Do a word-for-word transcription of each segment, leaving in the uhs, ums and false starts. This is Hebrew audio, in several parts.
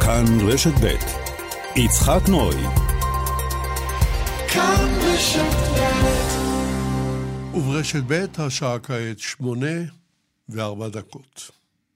כאן רשת ב' יצחק נוי. כאן רשת ב'. וברשת ב' השעה כעת שמונה וארבע דקות.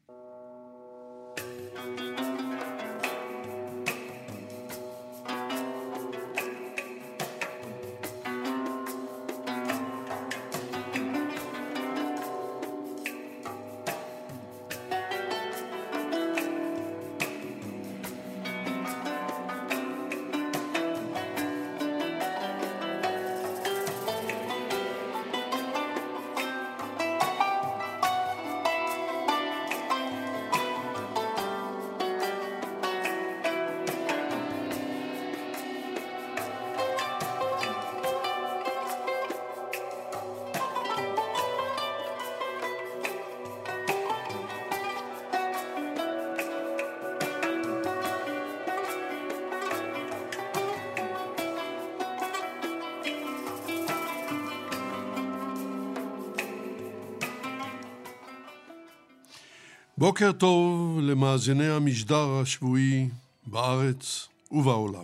בוקר טוב למאזיני המשדר השבועי בארץ ובעולם.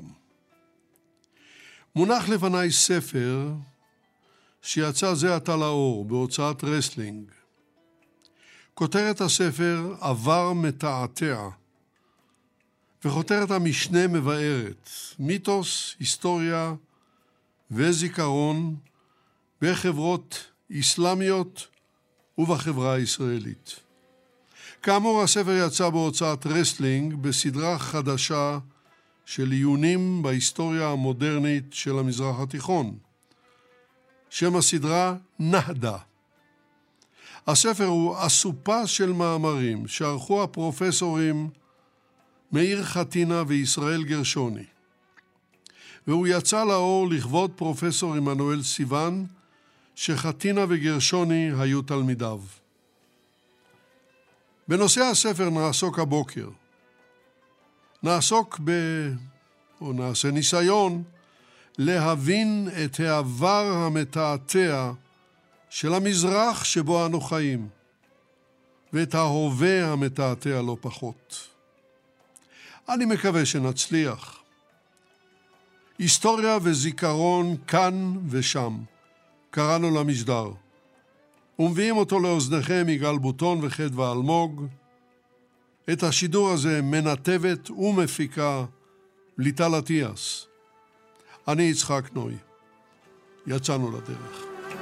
מונח לפני ספר שיצא זה עתה לאור בהוצאת רסלינג. כותרת הספר עבר מתעתע, וכותרת המשנה מבארת מיתוס, היסטוריה וזיכרון בחברות אסלאמיות ובחברה הישראלית. כאמור, הספר יצא בהוצאת רסלינג בסדרה חדשה של עיונים בהיסטוריה המודרנית של המזרח התיכון. שם הסדרה נהדה. הספר הוא אסופה של מאמרים שערכו הפרופסורים מאיר חתינה וישראל גרשוני. והוא יצא לאור לכבוד פרופסור עמנואל סיוון, שחתינה וגרשוני היו תלמידיו. בנושא הספר נעסוק הבוקר. נעסוק ב... או נעשה ניסיון להבין את העבר המתעתע של המזרח שבו אנו חיים, ואת ההווה המתעתע לא פחות. אני מקווה שנצליח. היסטוריה וזיכרון כאן ושם, קראנו למשדר. ומביאים אותו לאוזניכם יגאל בוטון וחדווה אלמוג. את השידור הזה מנתבת ומפיקה ליטל אטיאס. אני יצחק נוי. יצאנו לדרך.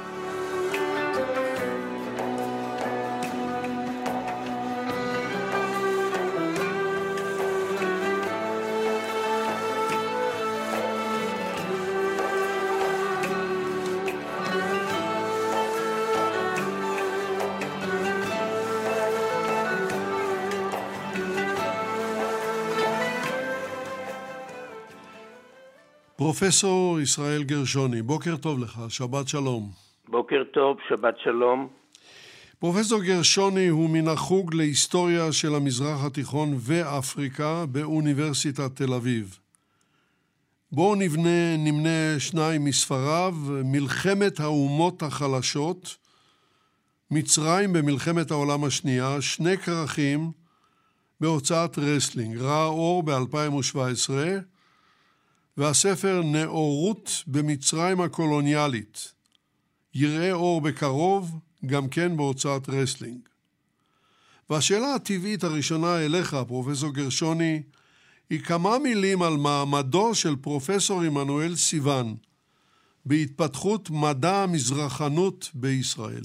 פרופסור ישראל גרשוני, בוקר טוב לך, שבת שלום. בוקר טוב, שבת שלום. פרופסור גרשוני הוא מן החוג להיסטוריה של המזרח התיכון ואפריקה באוניברסיטת תל אביב. בואו נבנה, נמנה שניים מספריו, מלחמת האומות החלשות, מצרים במלחמת העולם השנייה, שני כרכים בהוצאת רסלינג, ראה אור ב-אלפיים שבע עשרה, והספר נאורות במצרים הקולוניאלית, יראה אור בקרוב, גם כן בהוצאת רסלינג. והשאלה הטבעית הראשונה אליך, פרופסור גרשוני, היא כמה מילים על מעמדו של פרופסור עמנואל סיוון בהתפתחות מדע המזרחנות בישראל.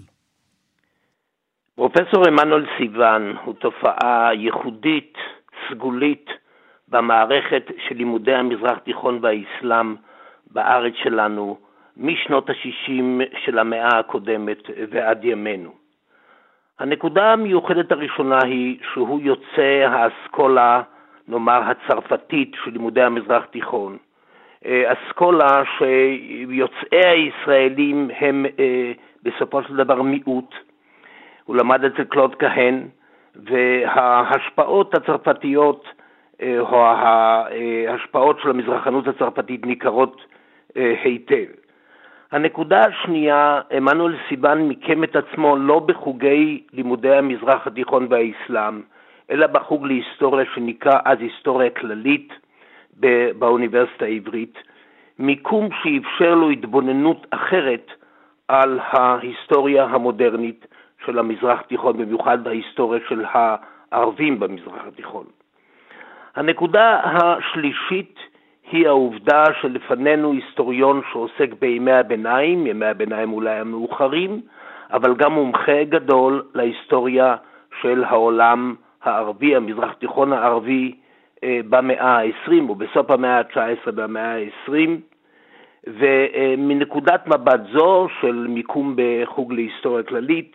פרופסור עמנואל סיוון הוא תופעה ייחודית, סגולית, במערכת של לימודי המזרח תיכון והאסלאם בארץ שלנו משנות ה-שישים של המאה הקודמת ועד ימינו. הנקודה המיוחדת הראשונה היא שהוא יוצא האסכולה, נאמר הצרפתית של לימודי המזרח תיכון. אסכולה שיוצאי הישראלים הם בסופו של דבר מיעוט. הוא למד אצל קלוד כהן, וההשפעות הצרפתיות או ההשפעות של המזרחנות הצרפתית ניכרות היטב. הנקודה השנייה, עמנואל סיוון מיקם את עצמו לא בחוגי לימודי המזרח התיכון והאסלאם, אלא בחוג להיסטוריה שנקרא אז היסטוריה כללית באוניברסיטה העברית, מיקום שאפשר לו התבוננות אחרת על ההיסטוריה המודרנית של המזרח התיכון, במיוחד ההיסטוריה של הערבים במזרח התיכון. הנקודה השלישית היא העובדה שלפנינו היסטוריון שעוסק בימי הביניים, ימי הביניים אולי המאוחרים, אבל גם מומחה גדול להיסטוריה של העולם הערבי, המזרח התיכון הערבי במאה ה-עשרים או בסוף המאה ה-תשע עשרה במאה ה-עשרים, ומנקודת מבט זו של מיקום בחוג להיסטוריה כללית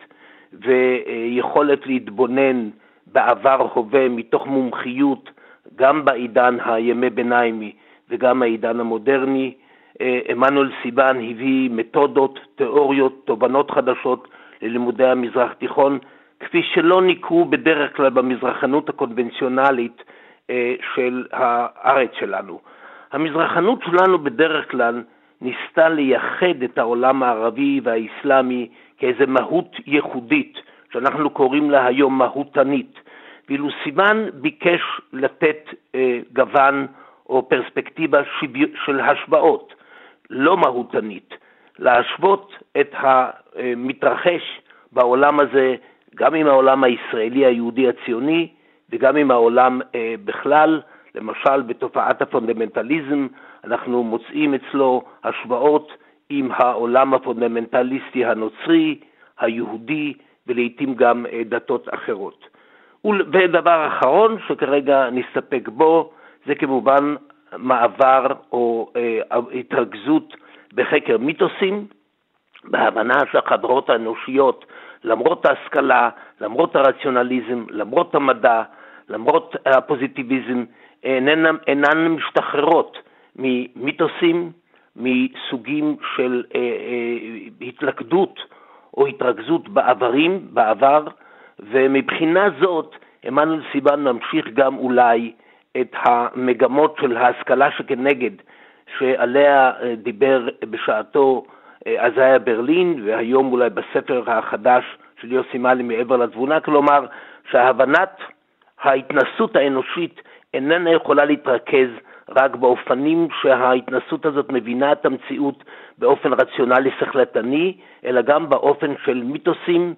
ויכולת להתבונן בעבר הווה מתוך מומחיות גם בעידן הימי ביניים וגם העידן המודרני, עמנואל סיבן הביא מתודות, תיאוריות, תובנות חדשות ללימודי המזרח תיכון, כפי שלא נקרו בדרך כלל במזרחנות הקונבנציונלית של הארץ שלנו. המזרחנות שלנו בדרך כלל ניסתה לייחד את העולם הערבי והאסלאמי כאיזו מהות ייחודית, שאנחנו קוראים לה היום מהותנית, ואילו סיבן ביקש לתת אה, גוון או פרספקטיבה שבי, של השוואות, לא מהותנית, להשוות את המתרחש בעולם הזה, גם עם העולם הישראלי היהודי הציוני, וגם עם העולם אה, בכלל. למשל בתופעת הפונדמנטליזם אנחנו מוצאים אצלו השוואות עם העולם הפונדמנטליסטי הנוצרי, היהודי, ולעיתים גם אה, דתות אחרות. ודבר אחרון שכרגע נסתפק בו, זה כמובן מעבר או אה, התרכזות בחקר מיתוסים, בהבנה שהחברות האנושיות, למרות ההשכלה, למרות הרציונליזם, למרות המדע, למרות הפוזיטיביזם, אינן, אינן משתחררות ממיתוסים, מסוגים של אה, אה, התלכדות או התרכזות בעברים, בעבר, ומבחינה זאת, עמנואל סיבן ממשיך גם אולי את המגמות של ההשכלה שכנגד, שעליה דיבר בשעתו עזאיה ברלין, והיום אולי בספר החדש של יוסי מאלי מעבר לתבונה, כלומר שהבנת ההתנסות האנושית איננה יכולה להתרכז רק באופנים שההתנסות הזאת מבינה את המציאות באופן רציונלי שכלתני, אלא גם באופן של מיתוסים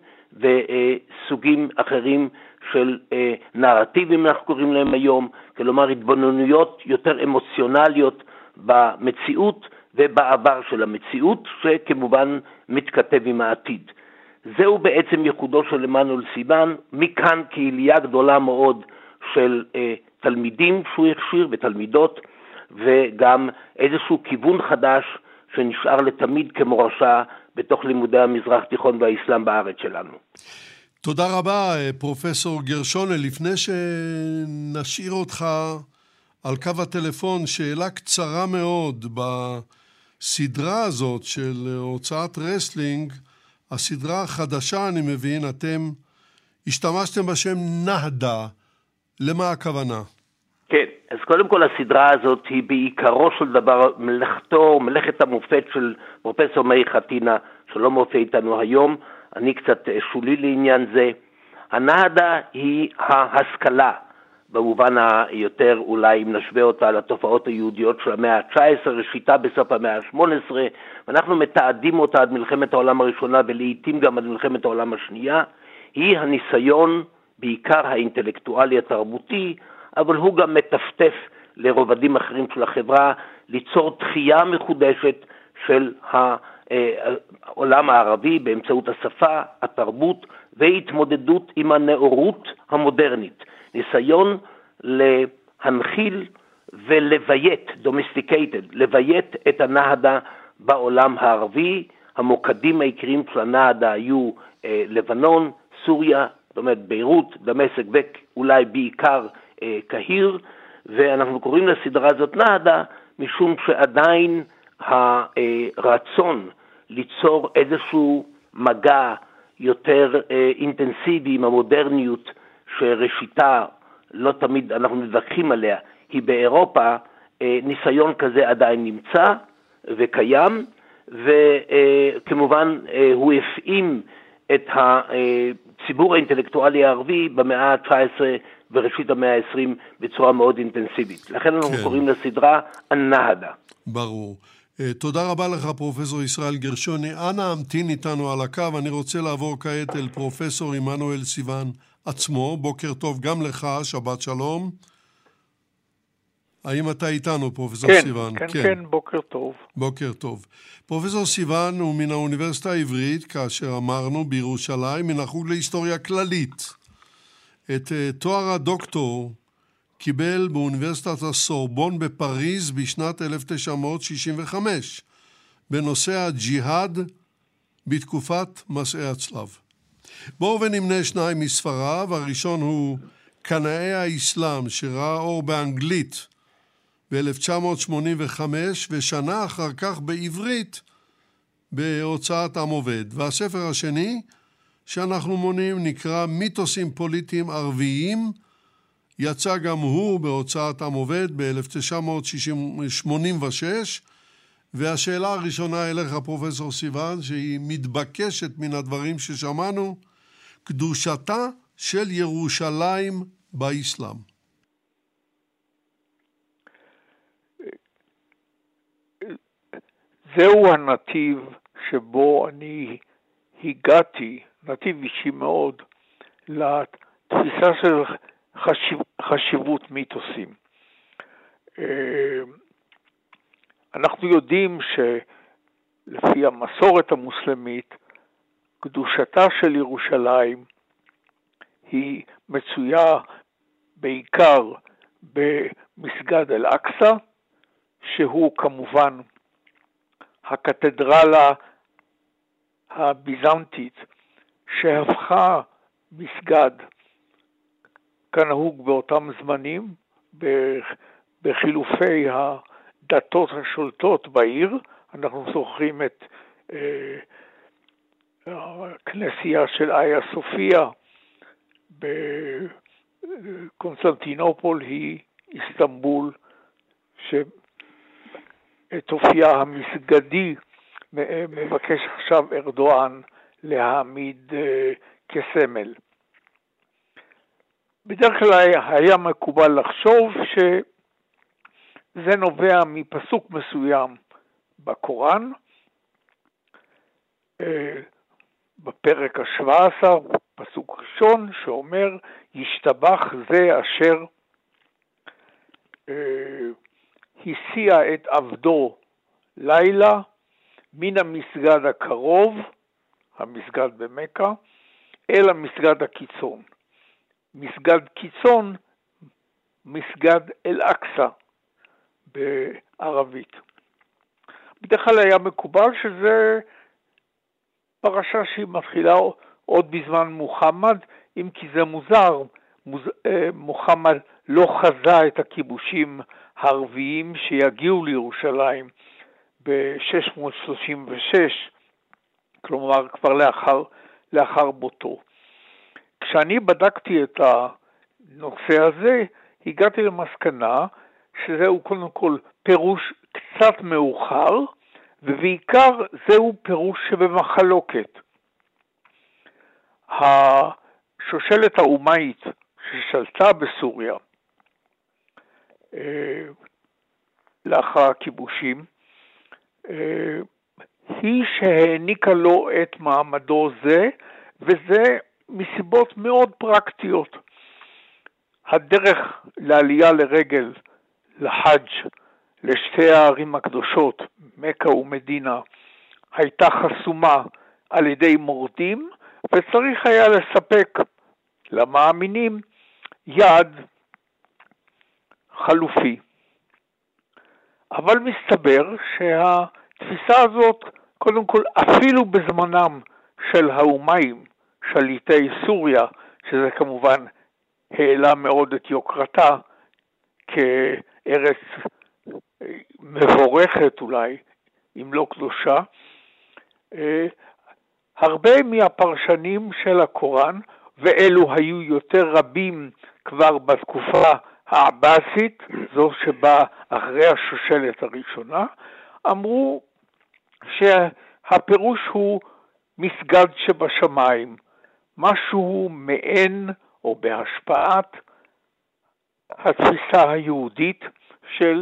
וסוגים אחרים של נרטיבים אנחנו קוראים להם היום, כלומר התבוננויות יותר אמוציונליות במציאות ובעבר של המציאות, שכמובן מתכתב עם העתיד. זהו בעצם ייחודו של עמנואל סיבן, מכאן קהילייה גדולה מאוד של אה, תלמידים שהוא הכשיר ותלמידות, וגם איזשהו כיוון חדש שנשאר לתמיד כמורשה בתוך לימודי המזרח תיכון והאסלאם בארץ שלנו. תודה רבה פרופסור גרשוני. לפני שנשאיר אותך על קו הטלפון, שאלה קצרה מאוד בסדרה הזאת של הוצאת רסלינג, הסדרה החדשה אני מבין, אתם השתמשתם בשם נהדה, למה הכוונה? כן, אז קודם כל הסדרה הזאת היא בעיקרו של דבר מלאכתו, מלאכת המופת של פרופסור מאיר חתינה, שלא מופיע איתנו היום, אני קצת שולי לעניין זה. הנהדה היא ההשכלה, במובן היותר אולי אם נשווה אותה לתופעות היהודיות של המאה ה-תשע עשרה, ראשיתה בסוף המאה ה-שמונה עשרה, ואנחנו מתעדים אותה עד מלחמת העולם הראשונה ולעיתים גם עד מלחמת העולם השנייה, היא הניסיון בעיקר האינטלקטואלי התרבותי, אבל הוא גם מטפטף לרובדים אחרים של החברה, ליצור תחייה מחודשת של העולם הערבי באמצעות השפה, התרבות והתמודדות עם הנאורות המודרנית. ניסיון להנחיל ולביית, domesticated, לביית את הנהדה בעולם הערבי. המוקדים העיקריים של הנהדה היו אה, לבנון, סוריה, זאת אומרת ביירות, דמשק ואולי בעיקר אה, קהיר, ואנחנו קוראים לסדרה הזאת נהדה משום שעדיין הרצון ליצור איזשהו מגע יותר אה, אינטנסיבי עם המודרניות שראשיתה לא תמיד אנחנו מתווכחים עליה, היא באירופה, אה, ניסיון כזה עדיין נמצא וקיים, וכמובן אה, הוא הפעים את הציבור האינטלקטואלי הערבי במאה ה-תשע עשרה וראשית המאה ה-עשרים בצורה מאוד אינטנסיבית. לכן אנחנו כן. קוראים לסדרה הנהדה. ברור. תודה רבה לך פרופסור ישראל גרשוני. אנא המתין איתנו על הקו. אני רוצה לעבור כעת אל פרופסור עמנואל סיוון עצמו. בוקר טוב גם לך, שבת שלום. האם אתה איתנו, פרופסור כן, סיוון? כן, כן, כן, בוקר טוב. בוקר טוב. פרופסור סיוון הוא מן האוניברסיטה העברית, כאשר אמרנו בירושלים, מן החוג להיסטוריה כללית. את uh, תואר הדוקטור קיבל באוניברסיטת הסורבון בפריז בשנת אלף תשע מאות שישים וחמש, בנושא הג'יהאד בתקופת מסעי הצלב. בואו ונמנה שניים מספריו. הראשון הוא קנאי האסלאם, שראה אור באנגלית ב-אלף תשע מאות שמונים וחמש, ושנה אחר כך בעברית בהוצאת עם עובד. והספר השני שאנחנו מונים נקרא מיתוסים פוליטיים ערביים, יצא גם הוא בהוצאת עם עובד ב-אלף תשע מאות שמונים ושש, והשאלה הראשונה אליך פרופסור סיוון, שהיא מתבקשת מן הדברים ששמענו, קדושתה של ירושלים באסלאם. זהו הנתיב שבו אני הגעתי, נתיב אישי מאוד, לתפיסה של חשיב, חשיבות מיתוסים. אנחנו יודעים שלפי המסורת המוסלמית, קדושתה של ירושלים היא מצויה בעיקר במסגד אל-אקצא, שהוא כמובן הקתדרלה הביזנטית שהפכה מסגד כנהוג באותם זמנים בחילופי הדתות השולטות בעיר. אנחנו זוכרים את אה, הכנסייה של איה סופיה בקונסטנטינופול, היא איסטנבול, שאת אופייה המסגדי מבקש עכשיו ארדואן להעמיד אה, כסמל. בדרך כלל היה מקובל לחשוב שזה נובע מפסוק מסוים בקוראן, בפרק ה-שבע עשרה, פסוק ראשון, שאומר, ישתבח זה אשר הסיע את עבדו לילה מן המסגד הקרוב, המסגד במכה, אל המסגד הקיצון. מסגד קיצון, מסגד אל-אקצא בערבית. בדרך כלל היה מקובל שזה פרשה שהיא מתחילה עוד בזמן מוחמד, אם כי זה מוזר, מוז... מוחמד לא חזה את הכיבושים הערביים שיגיעו לירושלים ב-שש מאות שלושים ושש, כלומר כבר לאחר, לאחר מותו. כשאני בדקתי את הנושא הזה, הגעתי למסקנה שזהו קודם כל פירוש קצת מאוחר, ובעיקר זהו פירוש שבמחלוקת. השושלת האומאית ששלטה בסוריה לאחר הכיבושים, היא שהעניקה לו את מעמדו זה, וזה מסיבות מאוד פרקטיות. הדרך לעלייה לרגל לחאג' לשתי הערים הקדושות, מכה ומדינה, הייתה חסומה על ידי מורדים, וצריך היה לספק למאמינים יעד חלופי. אבל מסתבר שהתפיסה הזאת, קודם כל, אפילו בזמנם של האומיים, שליטי סוריה, שזה כמובן העלה מאוד את יוקרתה כארץ מבורכת אולי, אם לא קדושה, הרבה מהפרשנים של הקוראן, ואלו היו יותר רבים כבר בתקופה העבאסית, זו שבאה אחרי השושלת הראשונה, אמרו שהפירוש הוא מסגד שבשמיים. משהו מעין או בהשפעת התפיסה היהודית של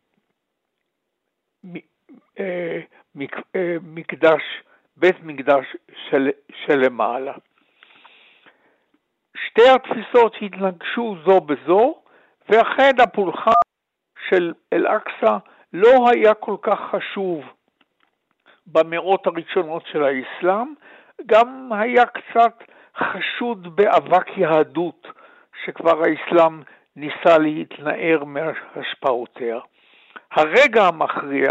מקדש, בית מקדש של, שלמעלה. שתי התפיסות התנגשו זו בזו, ואכן הפולחן של אל-אקצא לא היה כל כך חשוב במאות הראשונות של האסלאם, גם היה קצת חשוד באבק יהדות שכבר האסלאם ניסה להתנער מהשפעותיה. הרגע המכריע,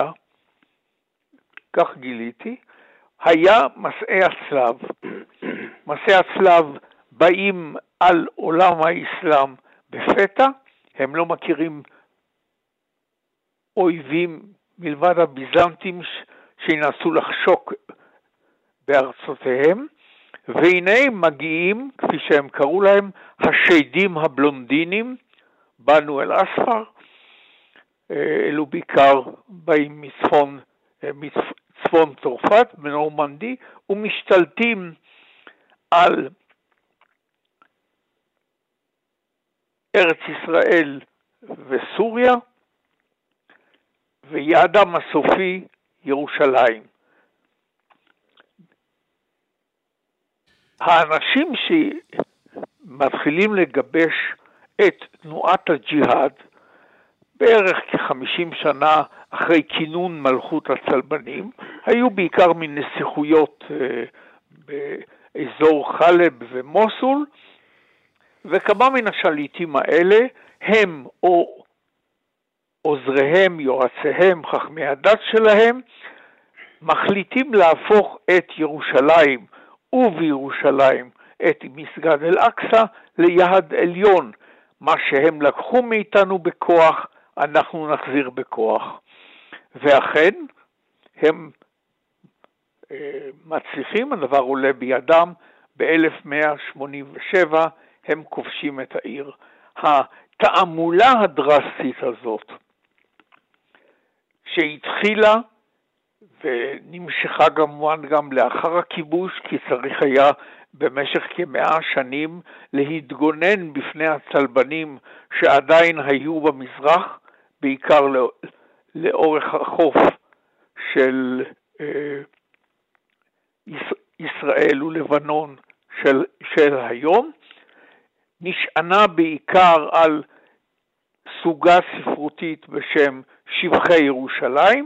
כך גיליתי, היה מסעי הצלב. מסעי הצלב באים על עולם האסלאם בפתע, הם לא מכירים אויבים מלבד הביזנטים שינסו לחשוק בארצותיהם, והנה הם מגיעים, כפי שהם קראו להם, השדים הבלונדינים, בנו אל אספר, אלו בעיקר באים מצפון, מצפון צרפת, בנורמנדי, ומשתלטים על ארץ ישראל וסוריה, ויעדם הסופי ירושלים. האנשים שמתחילים לגבש את תנועת הג'יהאד, בערך כ-חמישים שנה אחרי כינון מלכות הצלבנים, היו בעיקר מנסיכויות באזור חלב ומוסול, וכמה מן השליטים האלה הם או עוזריהם, יועציהם, חכמי הדת שלהם, מחליטים להפוך את ירושלים ובירושלים את מסגד אל-אקצא ליעד עליון. מה שהם לקחו מאיתנו בכוח, אנחנו נחזיר בכוח. ואכן, הם אה, מצליחים, הדבר עולה בידם, ב-אלף מאה שמונים ושבע הם כובשים את העיר. התעמולה הדרסטית הזאת, שהתחילה ונמשכה כמובן גם לאחר הכיבוש, כי צריך היה במשך כמאה שנים להתגונן בפני הצלבנים שעדיין היו במזרח, בעיקר לא, לאורך החוף של אה, ישראל ולבנון של, של היום, נשענה בעיקר על סוגה ספרותית בשם שבחי ירושלים,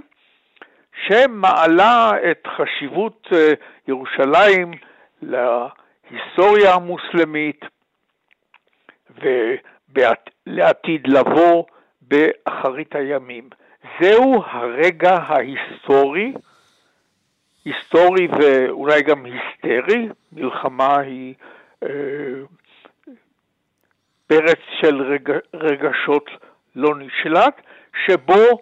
שמעלה את חשיבות ירושלים להיסטוריה המוסלמית ולעתיד לבוא באחרית הימים. זהו הרגע ההיסטורי, היסטורי ואולי גם היסטרי, מלחמה היא אה, פרץ של רגע, רגשות לא נשלט, שבו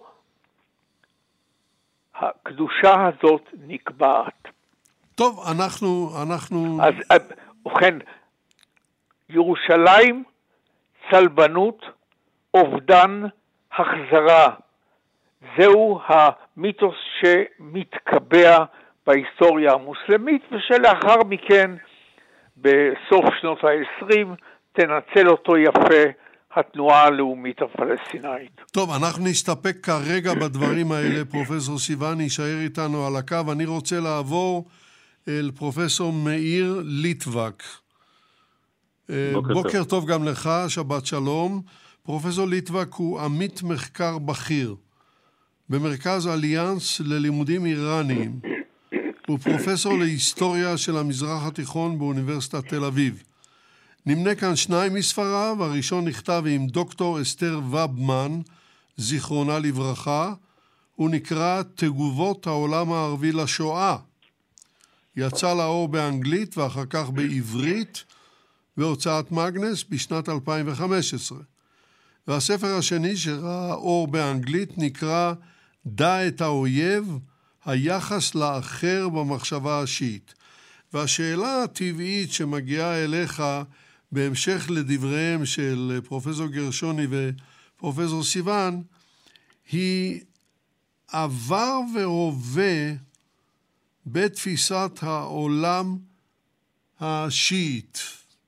הקדושה הזאת נקבעת. טוב, אנחנו... אנחנו... אז, ובכן, ירושלים, צלבנות, אובדן, החזרה. זהו המיתוס שמתקבע בהיסטוריה המוסלמית, ושלאחר מכן, בסוף שנות ה-עשרים, תנצל אותו יפה התנועה הלאומית הפלסטינאית. טוב, אנחנו נסתפק כרגע בדברים האלה. פרופסור סיוון יישאר איתנו על הקו. אני רוצה לעבור אל פרופסור מאיר ליטבק. בוקר, בוקר טוב. טוב גם לך, שבת שלום. פרופסור ליטבק הוא עמית מחקר בכיר במרכז אליאנס ללימודים איראניים. הוא פרופסור להיסטוריה של המזרח התיכון באוניברסיטת תל אביב. נמנה כאן שניים מספריו, הראשון נכתב עם דוקטור אסתר ובמן, זיכרונה לברכה, הוא נקרא תגובות העולם הערבי לשואה. יצא לאור באנגלית ואחר כך בעברית, בהוצאת מגנס בשנת אלפיים וחמש עשרה. והספר השני שראה אור באנגלית נקרא דע את האויב, היחס לאחר במחשבה השיעית. והשאלה הטבעית שמגיעה אליך, בהמשך לדבריהם של פרופסור גרשוני ופרופסור סיוון, היא עבר והווה בתפיסת העולם השיעית?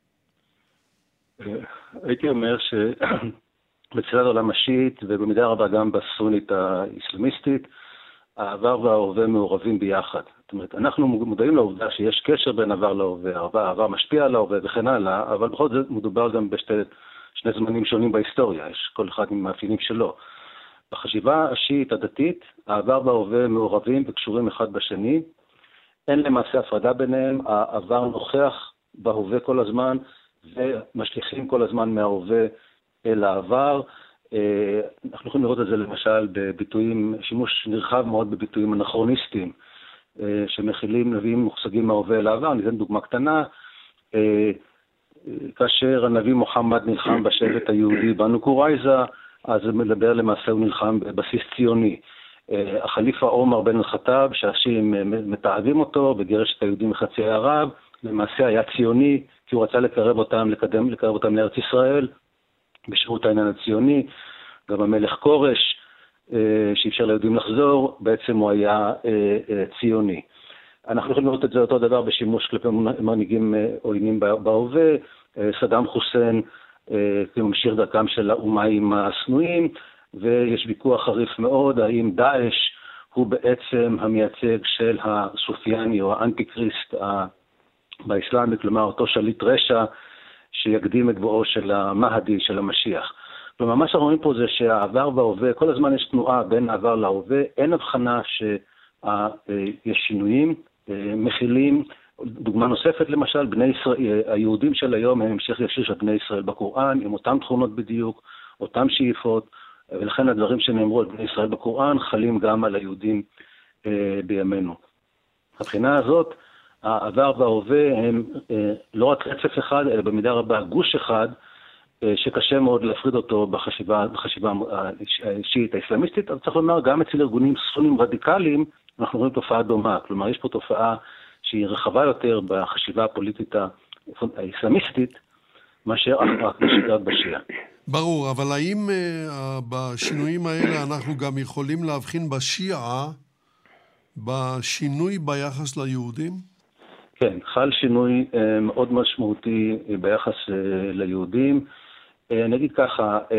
הייתי אומר שבתחילת העולם השיעית, ובמידה רבה גם בסונית האסלאמיסטית, העבר וההווה מעורבים ביחד. זאת אומרת, אנחנו מודעים לעובדה שיש קשר בין עבר להווה, העבר, העבר משפיע על ההווה וכן הלאה, אבל בכל זאת מדובר גם בשתי שני זמנים שונים בהיסטוריה, יש כל אחד עם מאפיינים שלו. בחשיבה השיעית הדתית, העבר וההווה מעורבים וקשורים אחד בשני, אין למעשה הפרדה ביניהם, העבר נוכח בהווה כל הזמן, ומשליכים כל הזמן מההווה אל העבר. אנחנו יכולים לראות את זה למשל בביטויים, שימוש נרחב מאוד בביטויים אנכרוניסטיים, שמכילים, מביאים מושגים מההווה אל העבר. ניתן דוגמה קטנה, כאשר הנביא מוחמד נלחם בשבט היהודי בנו קורייזה, אז הוא מדבר למעשה, הוא נלחם בבסיס ציוני. החליפה עומר בן אל-חטאב, שהשיעים מתעבים אותו, וגירש את היהודים מחצי ערב, למעשה היה ציוני, כי הוא רצה לקרב אותם, לקדם, לקרב אותם לארץ ישראל, בשירות העניין הציוני. גם המלך קורש, שאפשר ליהודים לחזור, בעצם הוא היה ציוני. אנחנו יכולים לראות את זה אותו דבר בשימוש כלפי מנהיגים עוינים בהווה, סדאם חוסיין, כממשיך דרכם של האומיים הסנויים, ויש ויכוח חריף מאוד, האם דאעש הוא בעצם המייצג של הסופיאני או האנטי-קריסט באסלאם, כלומר אותו שליט רשע שיקדים את בואו של המהדי, של המשיח. כלומר, מה שאנחנו רואים פה זה שהעבר וההווה, כל הזמן יש תנועה בין העבר להווה, אין הבחנה שיש שינויים, מכילים. דוגמה נוספת למשל, בני ישראל, היהודים של היום הם המשך ישיר של בני ישראל בקוראן, עם אותם תכונות בדיוק, אותם שאיפות, ולכן הדברים שנאמרו על בני ישראל בקוראן חלים גם על היהודים אה, בימינו. מבחינה הזאת, העבר וההווה הם אה, לא רק רצף אחד, אלא במידה רבה גוש אחד, אה, שקשה מאוד להפריד אותו בחשיבה, בחשיבה השיעית האסלאמיסטית, אבל צריך לומר, גם אצל ארגונים סונים רדיקליים, אנחנו רואים תופעה דומה. כלומר, יש פה תופעה שהיא רחבה יותר בחשיבה הפוליטית האסלאמיסטית, מאשר רק בשיטת בשיעה. ברור, אבל האם uh, בשינויים האלה אנחנו גם יכולים להבחין בשיעה, בשינוי ביחס ליהודים? כן, חל שינוי uh, מאוד משמעותי uh, ביחס uh, ליהודים. Uh, נגיד ככה, uh,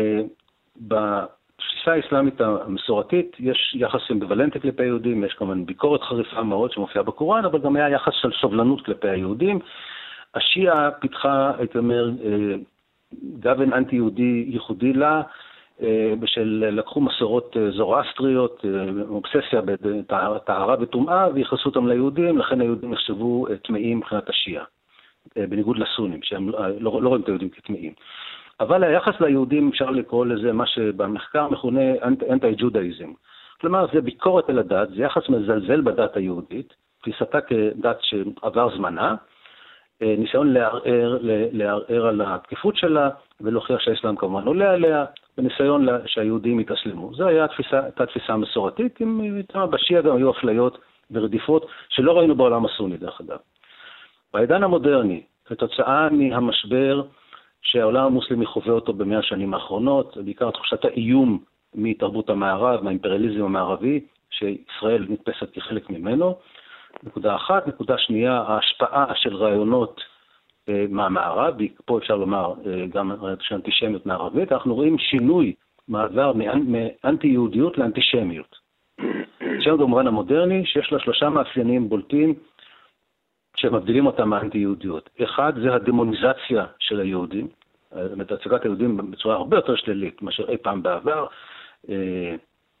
בתפיסה האסלאמית המסורתית יש יחס אמביוולנטי כלפי היהודים, יש כמובן ביקורת חריפה מאוד שמופיעה בקוראן, אבל גם היה יחס של סובלנות כלפי היהודים. השיעה פיתחה, הייתי אומר, גוון אנטי-יהודי ייחודי לה, בשל לקחו מסורות זורואסטריות, אובססיה בטהרה וטומאה, וייחסו אותם ליהודים, לכן היהודים נחשבו טמאים מבחינת השיעה, בניגוד לסונים, שהם לא, לא רואים את היהודים כטמאים. אבל היחס ליהודים אפשר לקרוא לזה מה שבמחקר מכונה אנטי-ג'ודאיזם. כלומר, זה ביקורת אל הדת, זה יחס מזלזל בדת היהודית, תפיסתה כדת שעבר זמנה, ניסיון לערער, לערער על התקפות שלה, ולהוכיח שהאסלאם כמובן עולה עליה, בניסיון שהיהודים יתאסלמו. זו הייתה התפיסה, הייתה תפיסה מסורתית, עם בשיעה גם היו אפליות ורדיפות, שלא ראינו בעולם הסוני דרך אגב. בעידן המודרני, כתוצאה מהמשבר שהעולם המוסלמי חווה אותו במאה השנים האחרונות, בעיקר תחושת האיום מתרבות המערב, מהאימפריאליזם המערבי, שישראל נתפסת כחלק ממנו, נקודה אחת. נקודה שנייה, ההשפעה של רעיונות אה, מהמערב, פה אפשר לומר אה, גם רעיונות של אנטישמיות מערבית, אנחנו רואים שינוי מעבר מאנטי-יהודיות לאנטישמיות. שם במובן המודרני, שיש לה שלושה מאפיינים בולטים, שמבדילים אותם מהאנטי-יהודיות. אחד, זה הדמוניזציה של היהודים, הצגת היהודים בצורה הרבה יותר שלילית, מאשר אי פעם בעבר. אה,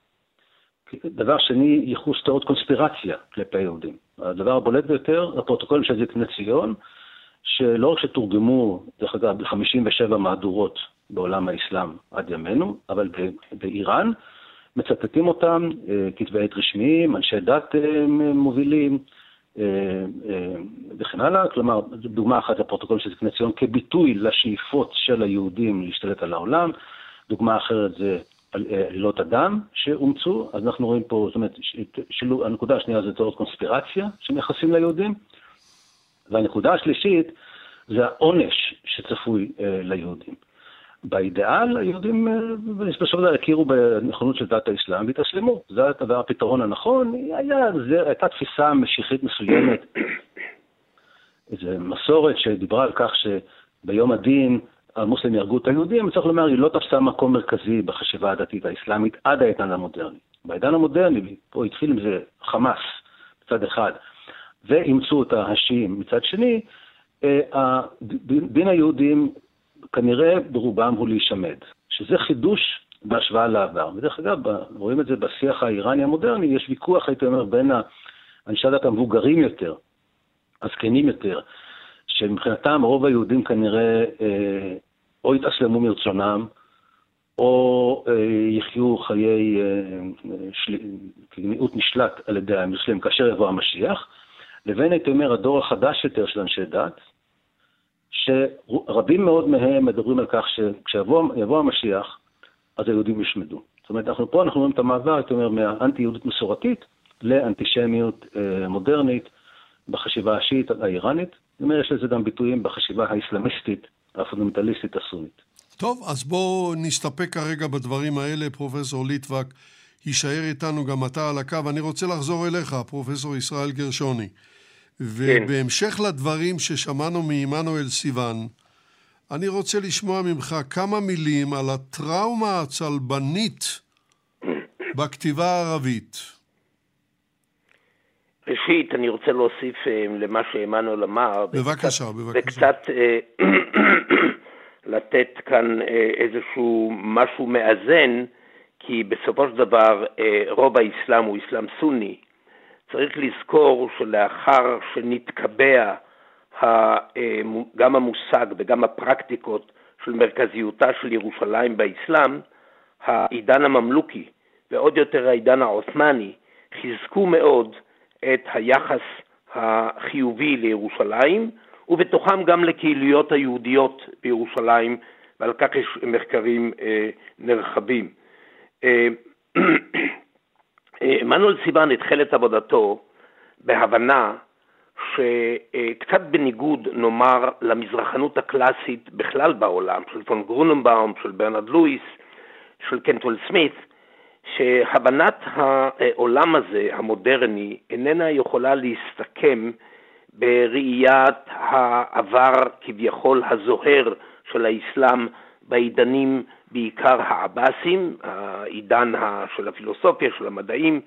דבר שני, ייחוס תיאוריות קונספירציה כלפי היהודים. הדבר הבולט ביותר, הפרוטוקולים של זקני ציון, שלא רק שתורגמו, דרך אגב, ב-חמישים ושבע מהדורות בעולם האסלאם עד ימינו, אבל באיראן, מצטטים אותם, כתבי עת רשמיים, אנשי דת מובילים, וכן הלאה. כלומר, דוגמה אחת, הפרוטוקול של זקני ציון, כביטוי לשאיפות של היהודים להשתלט על העולם. דוגמה אחרת זה עלילות הדם שאומצו, אז אנחנו רואים פה, זאת אומרת, שלו, הנקודה השנייה זה תיאוריות קונספירציה שמייחסים ליהודים, והנקודה השלישית זה העונש שצפוי אה, ליהודים. באידאל, היהודים אה, בסופו של דבר הכירו בנכונות של דת האסלאם והתאסלמו. זה הדבר הפתרון הנכון, היה, זה, הייתה תפיסה משיחית מסוימת איזו מסורת שדיברה על כך שביום הדין המוסלמים יהרגו את היהודים, צריך לומר, היא לא תפסה מקום מרכזי בחשיבה הדתית האסלאמית עד העידן המודרני. בעידן המודרני, פה התחיל עם זה חמאס מצד אחד, ואימצו את השיעים מצד שני, דין היהודים כנראה ברובם הוא להישמד, שזה חידוש בהשוואה לעבר. ודרך אגב, רואים את זה בשיח האיראני המודרני, יש ויכוח, הייתי אומר, בין אנשי הדת המבוגרים יותר, הזקנים יותר, שמבחינתם רוב היהודים כנראה אה, או יתאסלמו מרצונם, או אה, יחיו חיי אה, של... מיעוט נשלט על ידי המוסלמים כאשר יבוא המשיח, לבין הייתי אומר הדור החדש יותר של אנשי דת, שרבים מאוד מהם מדברים על כך שכשיבוא המשיח, אז היהודים ישמדו. זאת אומרת, אנחנו פה אנחנו רואים את המעבר, הייתי אומר, מהאנטי-יהודית מסורתית לאנטישמיות אה, מודרנית, בחשיבה השיעית האיראנית. זאת אומרת, יש לזה גם ביטויים בחשיבה האסלאמיסטית, הפונדמנטליסטית הסונית. טוב, אז בואו נסתפק כרגע בדברים האלה. פרופסור ליטבק, יישאר איתנו גם אתה על הקו. אני רוצה לחזור אליך, פרופסור ישראל גרשוני. ובהמשך לדברים ששמענו מעמנואל סיוון, אני רוצה לשמוע ממך כמה מילים על הטראומה הצלבנית בכתיבה הערבית. ראשית, אני רוצה להוסיף למה שעמנואל אמר. בבקשה, בבקשה. וקצת לתת כאן איזשהו משהו מאזן, כי בסופו של דבר רוב האסלאם הוא אסלאם סוני. צריך לזכור שלאחר שנתקבע גם המושג וגם הפרקטיקות של מרכזיותה של ירושלים באסלאם, העידן הממלוכי ועוד יותר העידן העות'מאני חיזקו מאוד את היחס החיובי לירושלים, ובתוכם גם לקהיליות היהודיות בירושלים, ועל כך יש מחקרים אה, נרחבים. אה, עמנואל סיוון התחיל את עבודתו בהבנה שקצת בניגוד נאמר למזרחנות הקלאסית בכלל בעולם, של פון גרוננבאום, של ברנרד לואיס, של קנטוול סמית, שהבנת העולם הזה, המודרני, איננה יכולה להסתכם בראיית העבר כביכול הזוהר של האסלאם בעידנים בעיקר העבאסים, העידן של הפילוסופיה, של המדעים,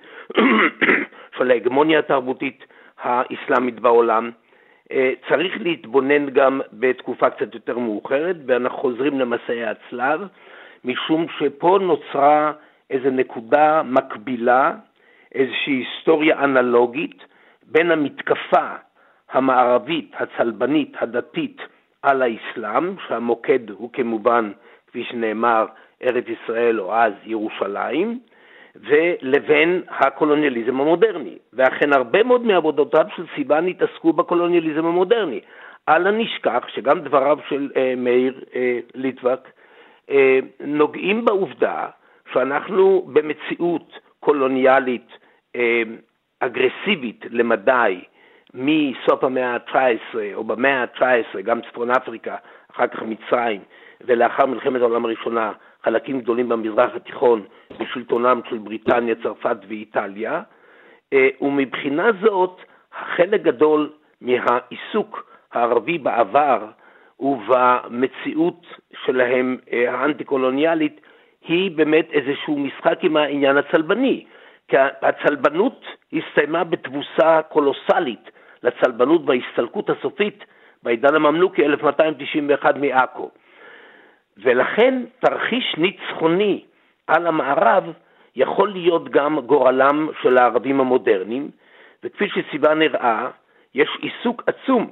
של ההגמוניה התרבותית האסלאמית בעולם. צריך להתבונן גם בתקופה קצת יותר מאוחרת, ואנחנו חוזרים למסעי הצלב, משום שפה נוצרה איזו נקודה מקבילה, איזושהי היסטוריה אנלוגית, בין המתקפה המערבית, הצלבנית, הדתית, על האסלאם, שהמוקד הוא כמובן, כפי שנאמר, ארץ ישראל או אז ירושלים, ולבין הקולוניאליזם המודרני. ואכן הרבה מאוד מעבודותיו של סיוון התעסקו בקולוניאליזם המודרני. אל נשכח שגם דבריו של אה, מאיר אה, ליטבק אה, נוגעים בעובדה שאנחנו במציאות קולוניאלית אה, אגרסיבית למדי, מסוף המאה ה-תשע עשרה או במאה ה-תשע עשרה, גם צפון אפריקה, אחר כך מצרים, ולאחר מלחמת העולם הראשונה, חלקים גדולים במזרח התיכון, בשלטונם של בריטניה, צרפת ואיטליה, ומבחינה זאת, חלק גדול מהעיסוק הערבי בעבר ובמציאות שלהם האנטי-קולוניאלית, היא באמת איזשהו משחק עם העניין הצלבני, כי הצלבנות הסתיימה בתבוסה קולוסלית לצלבנות וההסתלקות הסופית בעידן הממלוכי אלף מאתיים תשעים ואחת מעכו. ולכן תרחיש ניצחוני על המערב יכול להיות גם גורלם של הערבים המודרניים, וכפי שסיוון הראה, יש עיסוק עצום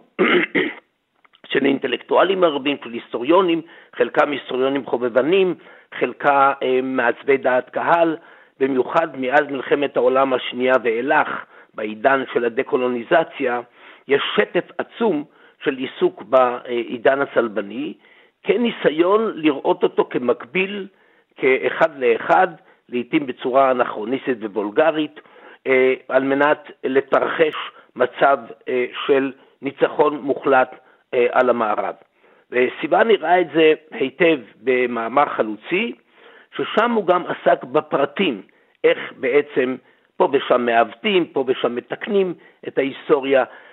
של אינטלקטואלים ערבים, של היסטוריונים, חלקם היסטוריונים חובבנים, חלקה אה, מעצבי דעת קהל, במיוחד מאז מלחמת העולם השנייה ואילך, בעידן של הדקולוניזציה, יש שטף עצום של עיסוק בעידן הצלבני, כניסיון לראות אותו כמקביל, כאחד לאחד, לעתים בצורה אנכרוניסטית ובולגרית, אה, על מנת לתרחש מצב אה, של ניצחון מוחלט אה, על המערב. וסיוון נראה את זה היטב במאמר חלוצי, ששם הוא גם עסק בפרטים, איך בעצם פה ושם מעוותים, פה ושם מתקנים את ההיסטוריה,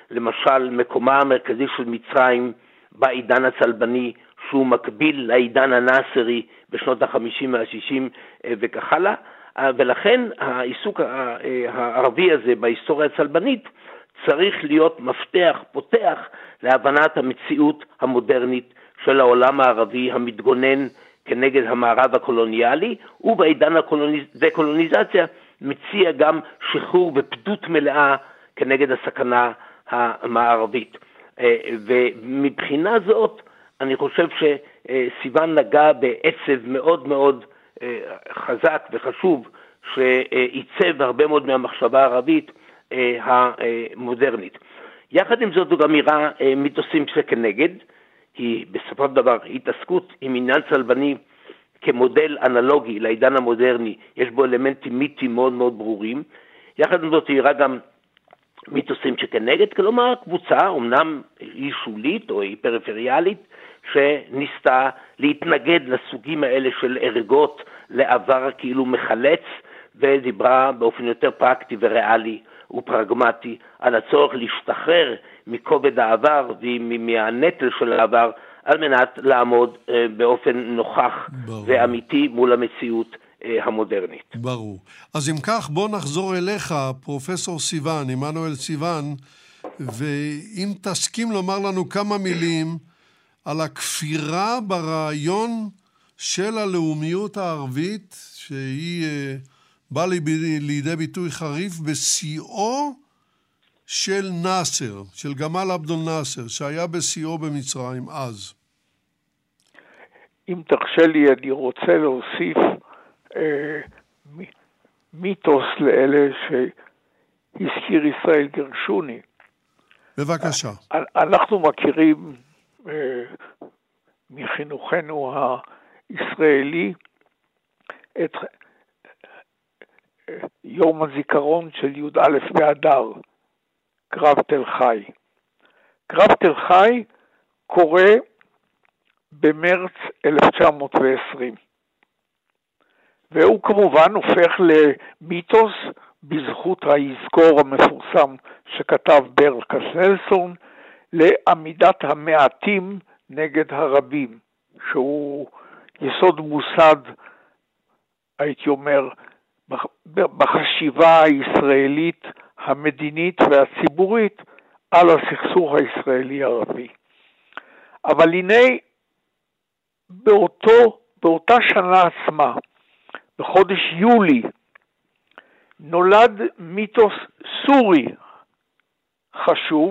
למשל מקומה המרכזי של מצרים בעידן הצלבני, שהוא מקביל לעידן הנאסרי בשנות ה-חמישים וה-שישים וכך הלאה, ולכן העיסוק הערבי הזה בהיסטוריה הצלבנית צריך להיות מפתח, פותח להבנת המציאות המודרנית של העולם הערבי המתגונן כנגד המערב הקולוניאלי, ובעידן הדקולוניזציה מציע גם שחרור ופדות מלאה כנגד הסכנה המערבית. ומבחינה זאת אני חושב שסיוון נגע בעצב מאוד מאוד חזק וחשוב שעיצב הרבה מאוד מהמחשבה הערבית המודרנית. יחד עם זאת הוא גם יראה מיתוסים שכנגד, היא בסופו של דבר התעסקות עם עניין צלבני כמודל אנלוגי לעידן המודרני, יש בו אלמנטים מיתיים מאוד מאוד ברורים. יחד עם זאת היא יראה גם מיתוסים שכנגד, כלומר קבוצה, אמנם היא שולית או היא פריפריאלית, שניסתה להתנגד לסוגים האלה של ערגות לעבר כאילו מחלץ, ודיברה באופן יותר פרקטי וריאלי ופרגמטי על הצורך להשתחרר מכובד העבר ומהנטל של העבר, על מנת לעמוד באופן נוכח ברור. ואמיתי מול המציאות המודרנית. ברור. אז אם כך בוא נחזור אליך, פרופסור סיוון, עמנואל סיוון, ואם תסכים לומר לנו כמה מילים על הכפירה ברעיון של הלאומיות הערבית, שהיא באה לידי ביטוי חריף בשיאו של נאסר, של גמל עבדול נאסר, שהיה בשיאו במצרים אז. אם תרשה לי, אני רוצה להוסיף אה, מיתוס לאלה שהזכיר ישראל גרשוני. בבקשה. אנחנו מכירים אה, מחינוכנו הישראלי את יום הזיכרון של י"א באדר, קרב תל חי. קרב תל חי קורה במרץ אלף תשע מאות ועשרים. והוא כמובן הופך למיתוס בזכות היזכור המפורסם שכתב ברל כצנלסון לעמידת המעטים נגד הרבים, שהוא יסוד מוסד, הייתי אומר, בחשיבה הישראלית המדינית והציבורית על הסכסוך הישראלי-ערבי. אבל הנה באותו, באותה שנה עצמה, בחודש יולי, נולד מיתוס סורי חשוב,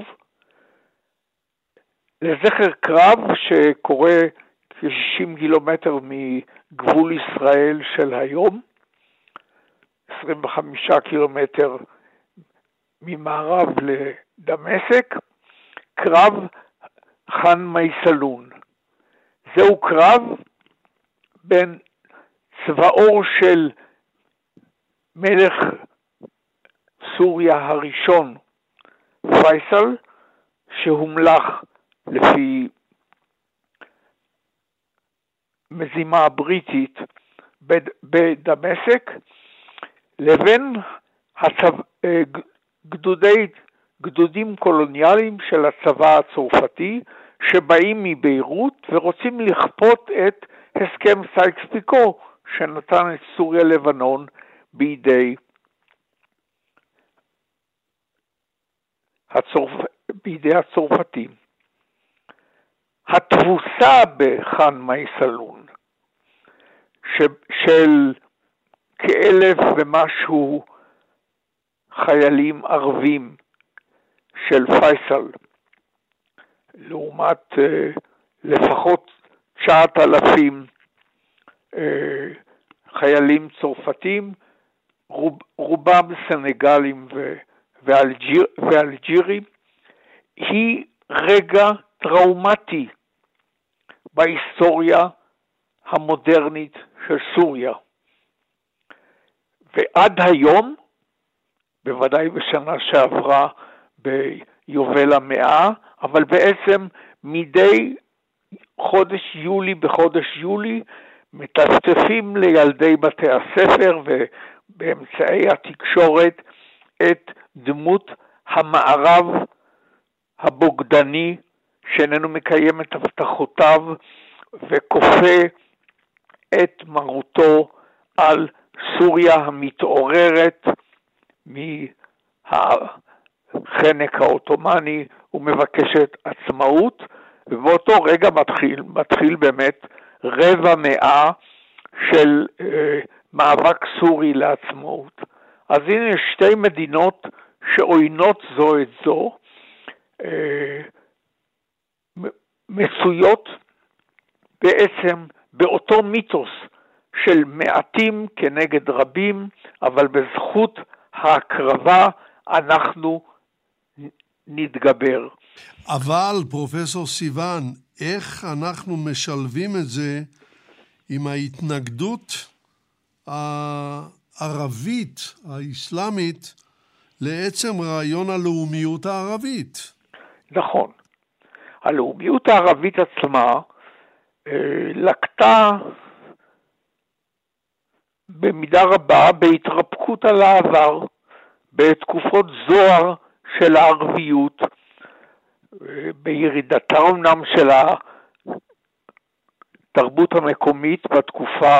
לזכר קרב שקורה כ-שישים קילומטר מגבול ישראל של היום, עשרים וחמישה קילומטר ממערב לדמשק, קרב חאן מייסלון. זהו קרב בין צבאו של מלך סוריה הראשון, פייסל, שהומלך לפי מזימה הבריטית בדמשק, לבין הצב... גדודי, גדודים קולוניאליים של הצבא הצרפתי, שבאים מביירות ורוצים לכפות את הסכם סייקס-פיקו, שנתן את סוריה לבנון בידי הצורפ... בידי הצרפתים. התבוסה בחאן מייסלון ש... של כאלף ומשהו חיילים ערבים של פייסל, לעומת uh, לפחות תשעת אלפים uh, חיילים צרפתים, רוב, רובם סנגלים ו, ואלג'יר, ואלג'ירים, היא רגע טראומטי בהיסטוריה המודרנית של סוריה. ועד היום, בוודאי בשנה שעברה ביובל המאה, אבל בעצם מדי חודש יולי בחודש יולי מטפטפים לילדי בתי הספר ובאמצעי התקשורת את דמות המערב הבוגדני שאיננו מקיים את הבטחותיו וכופה את מרותו על סוריה המתעוררת מהחנק העות'מאני ומבקשת עצמאות, ובאותו רגע מתחיל, מתחיל באמת רבע מאה של אה, מאבק סורי לעצמאות. אז הנה יש שתי מדינות שעוינות זו את זו, אה, מצויות בעצם באותו מיתוס של מעטים כנגד רבים, אבל בזכות ההקרבה אנחנו נתגבר. אבל פרופסור סיוון, איך אנחנו משלבים את זה עם ההתנגדות הערבית, האסלאמית, לעצם רעיון הלאומיות הערבית? נכון. הלאומיות הערבית עצמה אה, לקטה במידה רבה בהתרפקות על העבר, בתקופות זוהר של הערביות, אה, בירידתה אומנם של התרבות המקומית בתקופה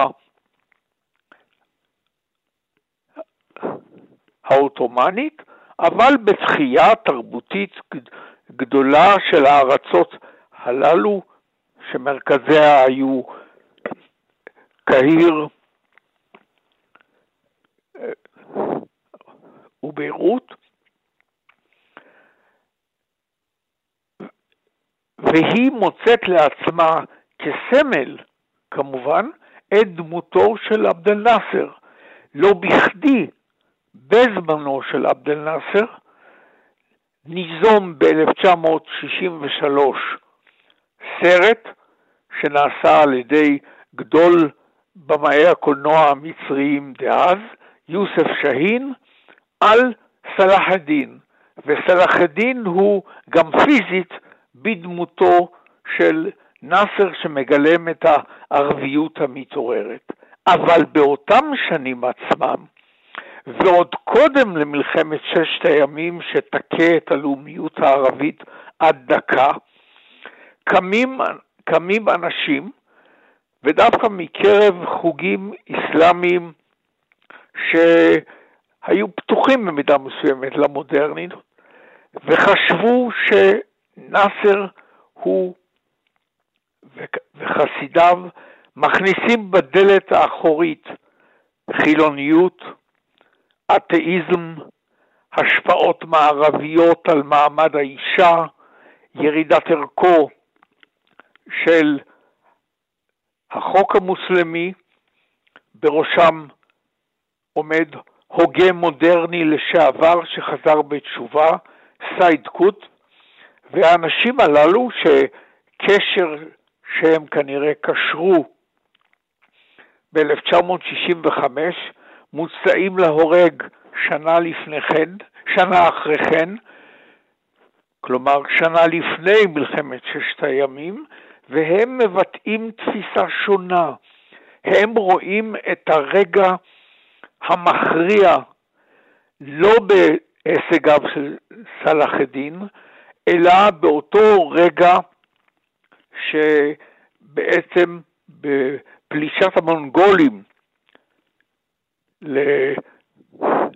העות'מאנית, אבל בתחייה תרבותית גדולה של הארצות הללו, שמרכזיה היו קהיר וביירות, והיא מוצאת לעצמה כסמל, כמובן, את דמותו של עבד אל-נאצר. לא בכדי, בזמנו של עבד אל-נאצר, ניזום ב-אלף תשע מאות שישים ושלוש סרט שנעשה על ידי גדול במאי הקולנוע המצריים דאז, יוסף שאהין, על סלאח א-דין, וסלאח א-דין הוא גם פיזית בדמותו של נאצר שמגלם את הערביות המתעוררת. אבל באותם שנים עצמם, ועוד קודם למלחמת ששת הימים שתקה את הלאומיות הערבית עד דקה, קמים, קמים אנשים, ודווקא מקרב חוגים אסלאמיים שהיו פתוחים במידה מסוימת למודרניות, וחשבו שנאצר הוא וחסידיו מכניסים בדלת האחורית חילוניות, אתאיזם, השפעות מערביות על מעמד האישה, ירידת ערכו של החוק המוסלמי, בראשם עומד הוגה מודרני לשעבר שחזר בתשובה, סייד קוט, והאנשים הללו שקשר שהם כנראה קשרו ב-אלף תשע מאות שישים וחמש, מוצאים להורג שנה לפני כן, שנה אחרי כן, כלומר שנה לפני מלחמת ששת הימים, והם מבטאים תפיסה שונה. הם רואים את הרגע המכריע, לא בהישגיו של סלאח א-דין, אלא באותו רגע שבעצם בפלישת המונגולים לצפון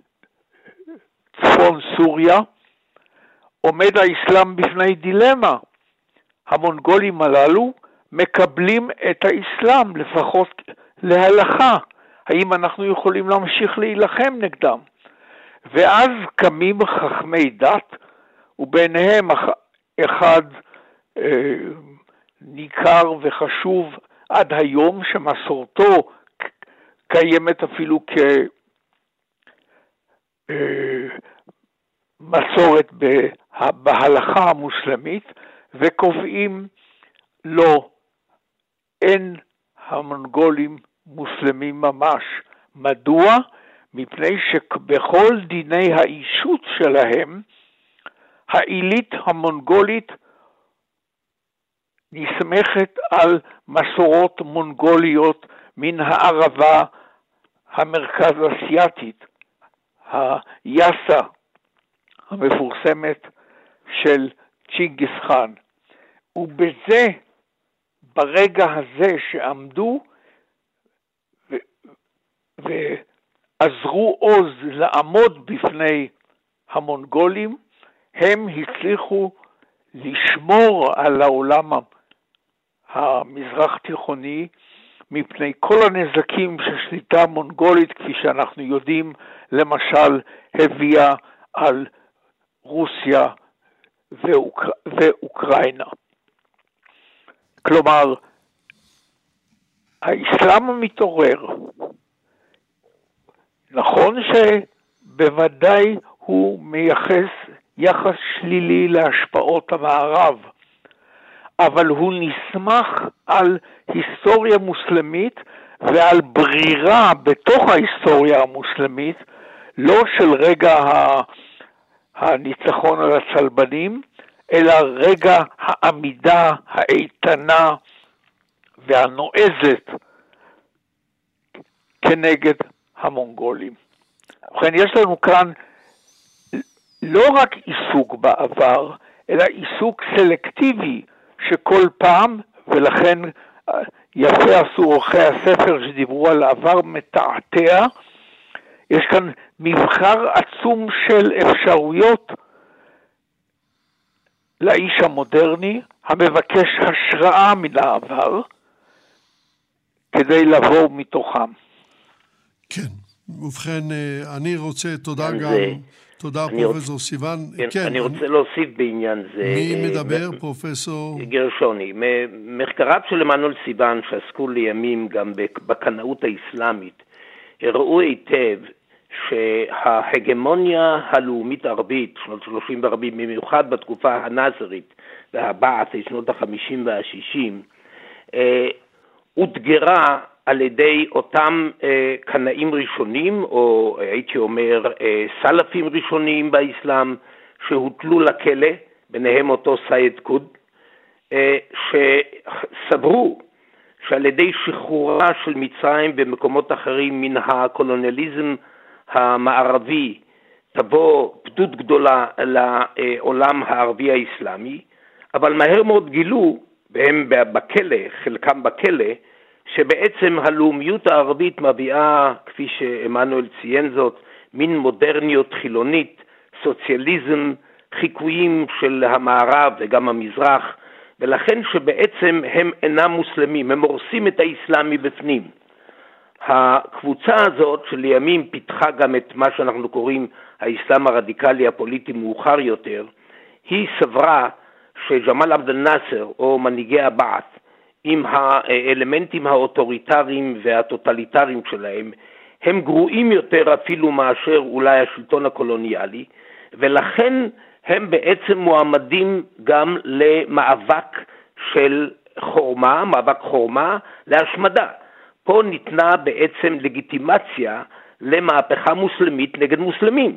סוריה, עומד האסלאם בפני דילמה. המונגולים הללו מקבלים את האסלאם, לפחות להלכה. האם אנחנו יכולים להמשיך להילחם נגדם? ואז קמים חכמי דת, וביניהם אחד אה, ניכר וחשוב עד היום, שמסורתו קיימת אפילו כמסורת בהלכה המוסלמית, וקובעים לא, אין המונגולים מוסלמים ממש. מדוע? מפני שבכל דיני האישות שלהם, העילית המונגולית נסמכת על מסורות מונגוליות מן הערבה המרכז אסייתית, היאסה המפורסמת של צ'ינגיס חאן. ובזה, ברגע הזה שעמדו ו... ועזרו עוז לעמוד בפני המונגולים, הם הצליחו לשמור על העולם המזרח תיכוני מפני כל הנזקים ששליטה מונגולית, כפי שאנחנו יודעים, למשל הביאה על רוסיה ואוק... ואוקראינה. כלומר, האסלאם המתעורר, נכון שבוודאי הוא מייחס יחס שלילי להשפעות המערב, אבל הוא נסמך על היסטוריה מוסלמית ועל ברירה בתוך ההיסטוריה המוסלמית, לא של רגע הניצחון על הצלבנים, אלא רגע העמידה האיתנה והנועזת כנגד המונגולים. ובכן, יש לנו כאן לא רק עיסוק בעבר, אלא עיסוק סלקטיבי שכל פעם, ולכן יפה עשו עורכי הספר שדיברו על העבר מתעתע, יש כאן מבחר עצום של אפשרויות לאיש המודרני המבקש השראה מן העבר כדי לבוא מתוכם. כן, ובכן אני רוצה, תודה גם, תודה פרופסור סיוון. כן, אני רוצה להוסיף בעניין זה. מי מדבר, פרופסור? גרשוני. מחקריו של עמנואל סיוון שעסקו לימים גם בקנאות האסלאמית, הראו היטב שההגמוניה הלאומית ערבית, שנות שלושים וערבים, במיוחד בתקופה הנאצרית והבעת' שנות החמישים והשישים, הותגרה על ידי אותם קנאים ראשונים, או הייתי אומר סלפים ראשונים באסלאם, שהוטלו לכלא, ביניהם אותו סייד קוד, שסברו שעל ידי שחרורה של מצרים במקומות אחרים מן הקולוניאליזם המערבי תבוא פדות גדולה לעולם הערבי האסלאמי, אבל מהר מאוד גילו, והם בכלא, חלקם בכלא, שבעצם הלאומיות הערבית מביאה, כפי שעמנואל ציין זאת, מין מודרניות חילונית, סוציאליזם, חיקויים של המערב וגם המזרח, ולכן שבעצם הם אינם מוסלמים, הם הורסים את האסלאם מבפנים. הקבוצה הזאת שלימים פיתחה גם את מה שאנחנו קוראים האסלאם הרדיקלי הפוליטי מאוחר יותר, היא סברה שג'מאל עבד אל-נאצר או מנהיגי הבעת' עם האלמנטים האוטוריטריים והטוטליטריים שלהם, הם גרועים יותר אפילו מאשר אולי השלטון הקולוניאלי, ולכן הם בעצם מועמדים גם למאבק של חורמה, מאבק חורמה להשמדה. פה ניתנה בעצם לגיטימציה למהפכה מוסלמית נגד מוסלמים.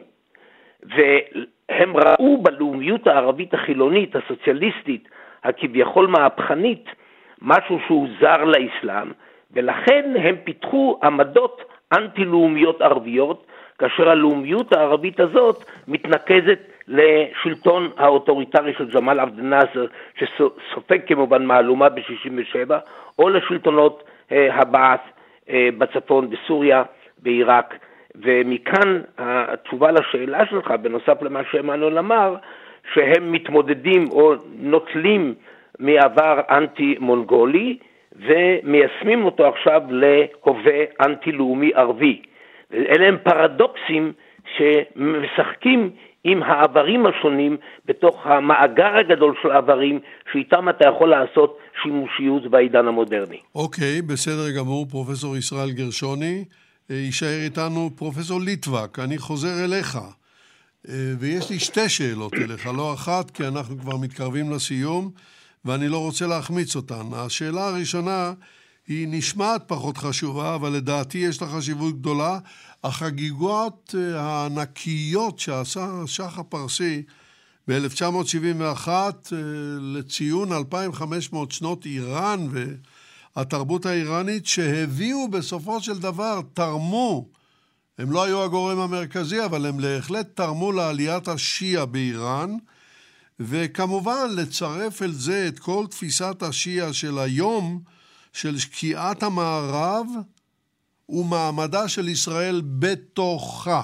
והם ראו בלאומיות הערבית החילונית, הסוציאליסטית, הכביכול מהפכנית, משהו שהוא זר לאסלאם, ולכן הם פיתחו עמדות אנטי-לאומיות ערביות, כאשר הלאומיות הערבית הזאת מתנקזת לשלטון האוטוריטרי של ג'מאל עבד אל-נאצר, שסופג כמובן מהלומה ב-שישים ושבע, או לשלטונות הבעת' בצפון, בסוריה, בעיראק. ומכאן התשובה לשאלה שלך, בנוסף למה שעמנואל אמר, שהם מתמודדים או נוטלים מעבר אנטי-מונגולי, ומיישמים אותו עכשיו להווה אנטי-לאומי ערבי. אלה הם פרדוקסים שמשחקים עם העברים השונים בתוך המאגר הגדול של העברים, שאיתם אתה יכול לעשות שימושיות בעידן המודרני. אוקיי, בסדר גמור, פרופסור ישראל גרשוני. יישאר איתנו פרופסור ליטבק. אני חוזר אליך, ויש לי שתי שאלות אליך, לא אחת, כי אנחנו כבר מתקרבים לסיום, ואני לא רוצה להחמיץ אותן. השאלה הראשונה היא נשמעת פחות חשובה, אבל לדעתי יש לה חשיבות גדולה. החגיגות הענקיות שעשה שח הפרסי ב-אלף תשע מאות שבעים ואחת לציון אלפיים וחמש מאות שנות איראן והתרבות האיראנית, שהביאו בסופו של דבר, תרמו, הם לא היו הגורם המרכזי, אבל הם בהחלט תרמו לעליית השיעה באיראן, וכמובן לצרף אל זה את כל תפיסת השיעה של היום, של שקיעת המערב ומעמדה של ישראל בתוכה.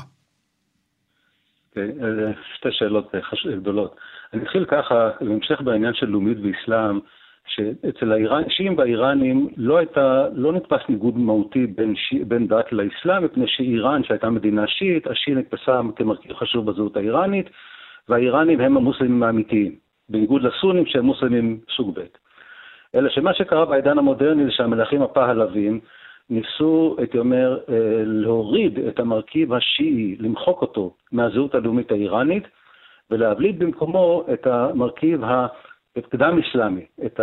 שתי שאלות גדולות. אני אתחיל ככה, בהמשך בעניין של לאומיות ואסלאם, שאצל השיעים והאיראנים לא הייתה, לא נתפס ניגוד מהותי בין, שי, בין דת לאסלאם, מפני שאיראן שהייתה מדינה שיעית, השיעי נתפסה כמרכיב חשוב בזהות האיראנית, והאיראנים הם המוסלמים האמיתיים, בניגוד לסונים שהם מוסלמים סוג ב'. אלא שמה שקרה בעידן המודרני זה שהמלכים הפהלווים ניסו, הייתי אומר, להוריד את המרכיב השיעי, למחוק אותו מהזהות הלאומית האיראנית, ולהבליט במקומו את המרכיב הקדם אסלאמי, את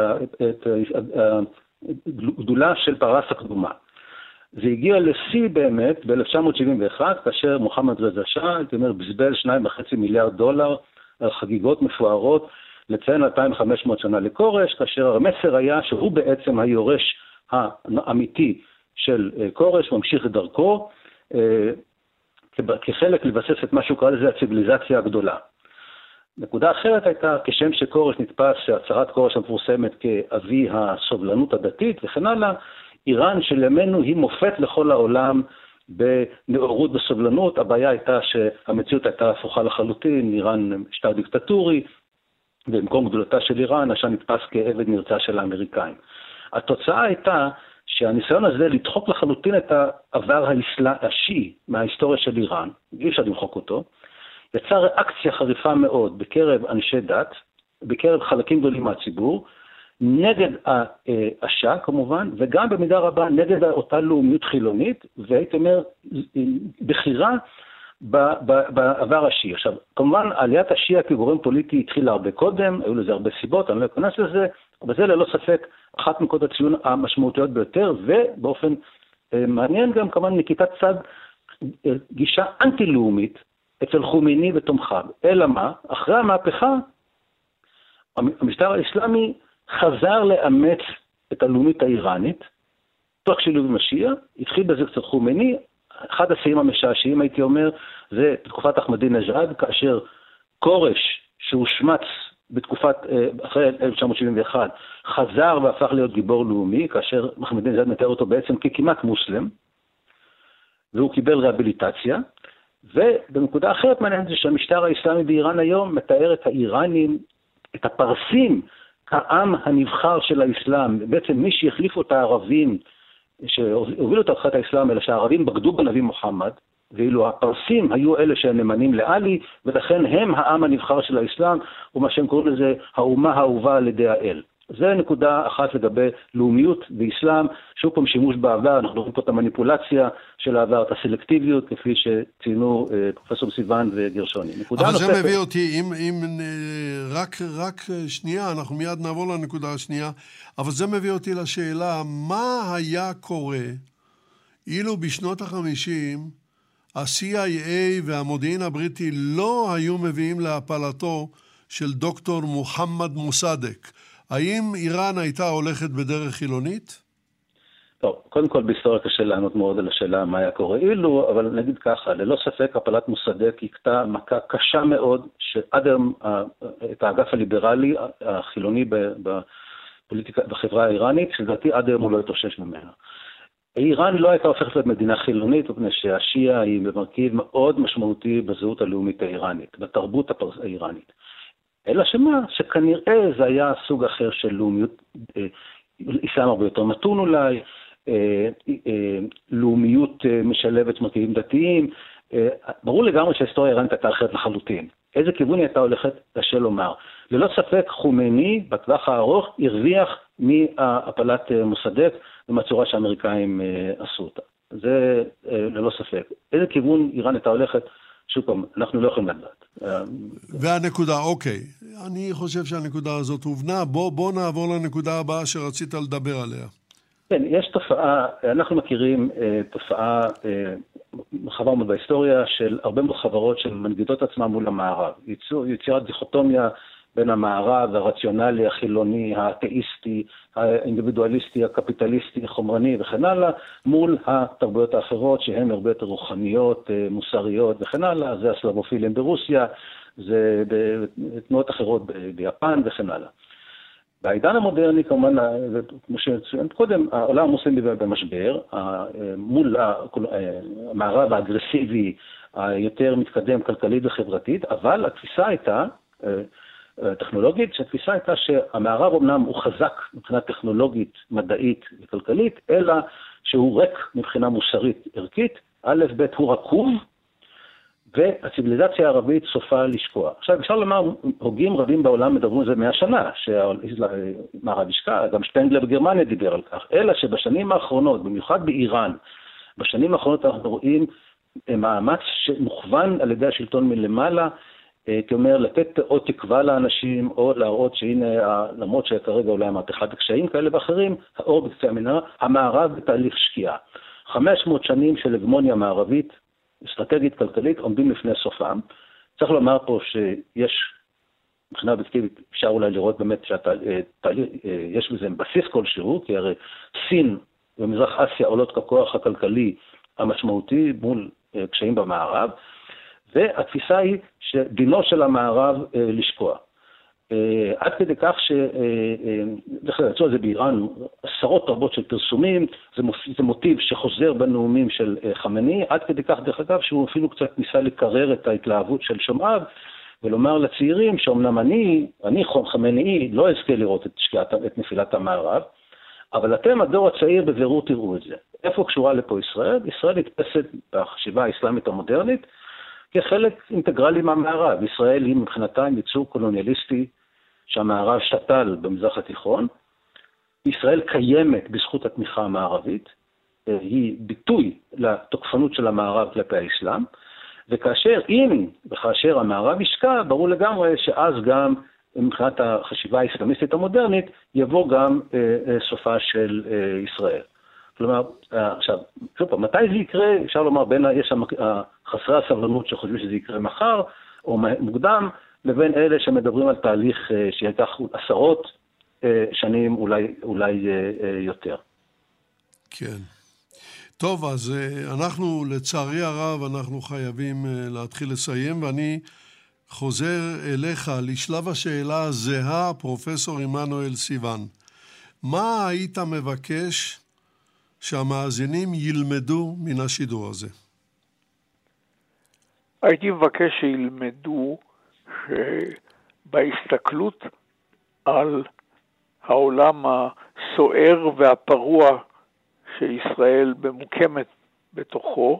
הגדולה של פרס הקדומה. זה הגיע לשיא באמת ב-אלף תשע מאות שבעים ואחת, כאשר מוחמד רזה שאה, הייתי אומר, בזבז שניים וחצי מיליארד דולר על חגיגות מפוארות, לציין אלפיים וחמש מאות שנה לכורש, כאשר המסר היה שהוא בעצם היורש האמיתי של כורש, ממשיך את דרכו, כחלק לבסס את מה שהוא קרא לזה הציביליזציה הגדולה. נקודה אחרת הייתה, כשם שכורש נתפס, שהצהרת כורש המפורסמת כאבי הסובלנות הדתית וכן הלאה, איראן של ימינו היא מופת לכל העולם בנאורות וסובלנות. הבעיה הייתה שהמציאות הייתה הפוכה לחלוטין, איראן משטר דיקטטורי, ובמקום גדולתה של איראן, השם נתפס כעבד נרצע של האמריקאים. התוצאה הייתה שהניסיון הזה לדחוק לחלוטין את העבר השיעי מההיסטוריה של איראן, אי אפשר למחוק אותו, יצר ריאקציה חריפה מאוד בקרב אנשי דת, בקרב חלקים גדולים מהציבור, נגד השאה כמובן, וגם במידה רבה נגד אותה לאומיות חילונית, והייתי אומר, בחירה בעבר השיעי. עכשיו, כמובן, עליית השיעה כגורם פוליטי התחילה הרבה קודם, היו לזה הרבה סיבות, אני לא אכנס לזה, אבל זה ללא ספק אחת נקודות הציון המשמעותיות ביותר, ובאופן מעניין גם כמובן נקיטת צד גישה אנטי-לאומית אצל חומייני ותומכיו. אלא מה? אחרי המהפכה, המשטר האסלאמי חזר לאמץ את הלאומית האיראנית, תוך שילוב עם השיעה, התחיל בזה קצת חומייני, אחד השיאים המשעשעים הייתי אומר, זה בתקופת אחמדינג'אד, כאשר כורש שהושמץ בתקופת, אחרי אלף תשע מאות שבעים ואחת, חזר והפך להיות גיבור לאומי, כאשר אחמדינג'אד מתאר אותו בעצם ככמעט מוסלם, והוא קיבל רהביליטציה, ובנקודה אחרת מעניינת זה שהמשטר האסלאמי באיראן היום מתאר את האיראנים, את הפרסים, כעם הנבחר של האסלאם, בעצם מי שהחליפו את הערבים, שהובילו את הלכת האסלאם, אלא שהערבים בגדו בנביא מוחמד, ואילו הפרסים היו אלה שנאמנים לעלי, ולכן הם העם הנבחר של האסלאם, ומה שהם קוראים לזה האומה האהובה על ידי האל. זה נקודה אחת לגבי לאומיות באסלאם, שוב פעם שימוש בעבר, אנחנו רואים פה את המניפולציה של העבר, את הסלקטיביות, כפי שציינו פרופסור סיוון וגרשוני. אבל זה נוספת... מביא אותי, אם, אם רק, רק שנייה, אנחנו מיד נעבור לנקודה השנייה, אבל זה מביא אותי לשאלה, מה היה קורה אילו בשנות החמישים ה-סי איי איי והמודיעין הבריטי לא היו מביאים להפלתו של דוקטור מוחמד מוסדק? האם איראן הייתה הולכת בדרך חילונית? טוב, קודם כל בהיסטוריה קשה לענות מאוד על השאלה מה היה קורה אילו, אבל נגיד ככה, ללא ספק הפלת מוסדק יקטע מכה קשה מאוד, שעד היום את האגף הליברלי, החילוני בפוליטיקה, בחברה האיראנית, שלדעתי עד היום הוא לא התאושש ממנה. איראן לא הייתה הופכת להיות מדינה חילונית, מפני שהשיעה היא במרכיב מאוד משמעותי בזהות הלאומית האיראנית, בתרבות האיראנית. אלא שמה? שכנראה זה היה סוג אחר של לאומיות, אסלאם הרבה יותר מתון אולי, לאומיות משלבת מרכיבים דתיים. ברור לגמרי שההיסטוריה האיראנית הייתה אחרת לחלוטין. איזה כיוון הייתה הולכת קשה לומר. ללא ספק חומייני בטווח הארוך הרוויח מהפלת מוסדק במצורה שהאמריקאים עשו אותה. זה ללא ספק. איזה כיוון איראן הייתה הולכת, שוב פעם, אנחנו לא יכולים לדעת. והנקודה, אוקיי. אני חושב שהנקודה הזאת הובנה. בוא, בוא נעבור לנקודה הבאה שרצית לדבר עליה. כן, יש תופעה, אנחנו מכירים תופעה רחבה מאוד בהיסטוריה של הרבה מאוד חברות שמנגידות עצמם מול המערב. יצירת דיכוטומיה בין המערב, הרציונלי, החילוני, האתאיסטי, האינדיבידואליסטי, הקפיטליסטי, החומרני וכן הלאה, מול התרבויות האחרות שהן הרבה יותר רוחניות, מוסריות וכן הלאה. זה הסלבופילים ברוסיה, זה בתנועות אחרות ביפן וכן הלאה. בעידן המודרני, כמובן, כמו שצוין קודם, העולם המוסלמי במשבר, מול המערב האגרסיבי, היותר מתקדם כלכלית וחברתית, אבל התפיסה הייתה, טכנולוגית, שהתפיסה הייתה שהמערב אומנם הוא חזק מבחינה טכנולוגית, מדעית וכלכלית, אלא שהוא ריק מבחינה מוסרית ערכית, א' ב' הוא רקוב, והציביליזציה הערבית סופה לשקוע. עכשיו, אפשר לומר, הוגים רבים בעולם מדברים על זה מאה שנה, שהמערב ישקע, גם שטנגלר בגרמניה דיבר על כך, אלא שבשנים האחרונות, במיוחד באיראן, בשנים האחרונות אנחנו רואים מאמץ שמוכוון על ידי השלטון מלמעלה, כלומר, לתת עוד תקווה לאנשים, או להראות שהנה, למרות שכרגע אולי מהפכת הקשיים כאלה ואחרים, האור בקצה המנהרה, המערב בתהליך שקיעה. חמש מאות שנים של הגמוניה מערבית, אסטרטגית כלכלית, עומדים לפני סופם. צריך לומר פה שיש, מבחינה אובייקטיבית, אפשר אולי לראות באמת שיש בזה בסיס כלשהו, כי הרי סין ומזרח אסיה עולות ככוח הכלכלי המשמעותי מול קשיים במערב, והתפיסה היא שדינו של המערב אה, לשקוע. אה, עד כדי כך ש... אה, יצאו על זה באיראן עשרות רבות של פרסומים, זה, מוס, זה מוטיב שחוזר בנאומים של אה, חמני, עד כדי כך דרך אגב שהוא אפילו קצת ניסה לקרר את ההתלהבות של שומעיו, ולומר לצעירים שאומנם אני, אני חמני, לא אזכה לראות את, שקיעת, את נפילת המערב, אבל אתם, הדור הצעיר, בבירור תראו את זה. איפה קשורה לפה ישראל? ישראל נתפסת בחשיבה האסלאמית המודרנית, כחלק אינטגרלי מהמערב. ישראל היא מבחינתה עם ייצור קולוניאליסטי שהמערב שתל במזרח התיכון. ישראל קיימת בזכות התמיכה המערבית, היא ביטוי לתוקפנות של המערב כלפי האסלאם, וכאשר, אם וכאשר המערב ישקע, ברור לגמרי שאז גם מבחינת החשיבה האסלאמיסטית המודרנית, יבוא גם סופה של ישראל. כלומר, עכשיו, שוב פעם, מתי זה יקרה? אפשר לומר, בין יש חסרי הסבלנות שחושבים שזה יקרה מחר, או מוקדם, לבין אלה שמדברים על תהליך שיקח עשרות שנים, אולי, אולי יותר. כן. טוב, אז אנחנו, לצערי הרב, אנחנו חייבים להתחיל לסיים, ואני חוזר אליך לשלב השאלה הזהה, פרופסור עמנואל סיוון. מה היית מבקש שהמאזינים ילמדו מן השידור הזה? הייתי מבקש שילמדו שבהסתכלות על העולם הסוער והפרוע שישראל ממוקמת בתוכו,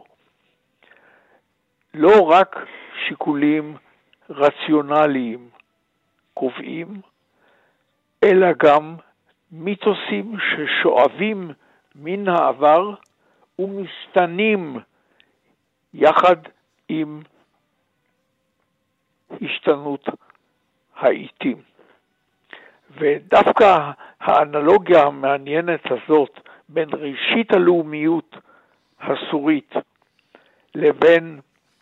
לא רק שיקולים רציונליים קובעים, אלא גם מיתוסים ששואבים מן העבר ומשתנים יחד עם השתנות העיתים. ודווקא האנלוגיה המעניינת הזאת בין ראשית הלאומיות הסורית לבין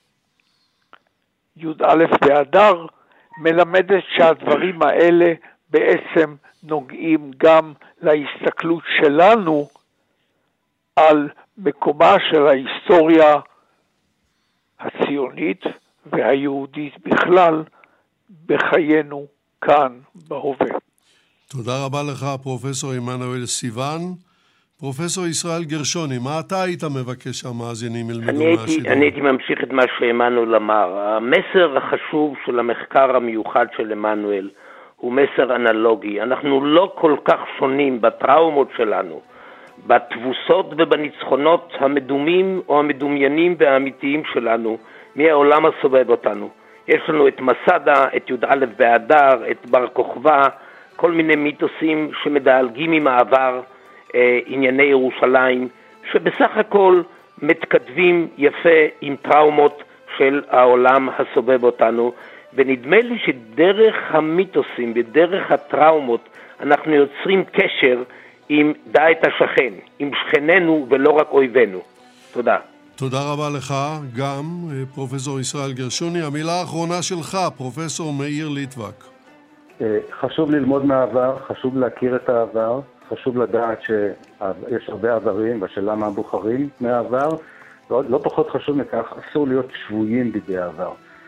י"א באדר מלמדת שהדברים האלה בעצם נוגעים גם להסתכלות שלנו על מקומה של ההיסטוריה הציונית והיהודית בכלל בחיינו כאן בהווה. תודה רבה לך, פרופסור עמנואל סיוון. פרופסור ישראל גרשוני, מה אתה היית מבקש שהמאזינים ילמדו מהשידור? אני הייתי ממשיך את מה שעמנואל אמר. המסר החשוב של המחקר המיוחד של עמנואל הוא מסר אנלוגי. אנחנו לא כל כך שונים בטראומות שלנו, בתבוסות ובניצחונות המדומים או המדומיינים והאמיתיים שלנו מהעולם הסובב אותנו. יש לנו את מסדה, את י"א באדר, את בר כוכבא, כל מיני מיתוסים שמדלגים עם העבר, אה, ענייני ירושלים, שבסך הכל מתכתבים יפה עם טראומות של העולם הסובב אותנו, ונדמה לי שדרך המיתוסים ודרך הטראומות אנחנו יוצרים קשר עם דע את השכן, עם שכננו ולא רק אויבינו. תודה. תודה רבה לך, גם פרופסור ישראל גרשוני. המילה האחרונה שלך, פרופסור מאיר ליטבק. חשוב ללמוד מהעבר, חשוב להכיר את העבר, חשוב לדעת שיש הרבה עברים, והשאלה מה בוחרים מהעבר, לא, לא פחות חשוב מכך, אסור להיות שבויים בידי העבר.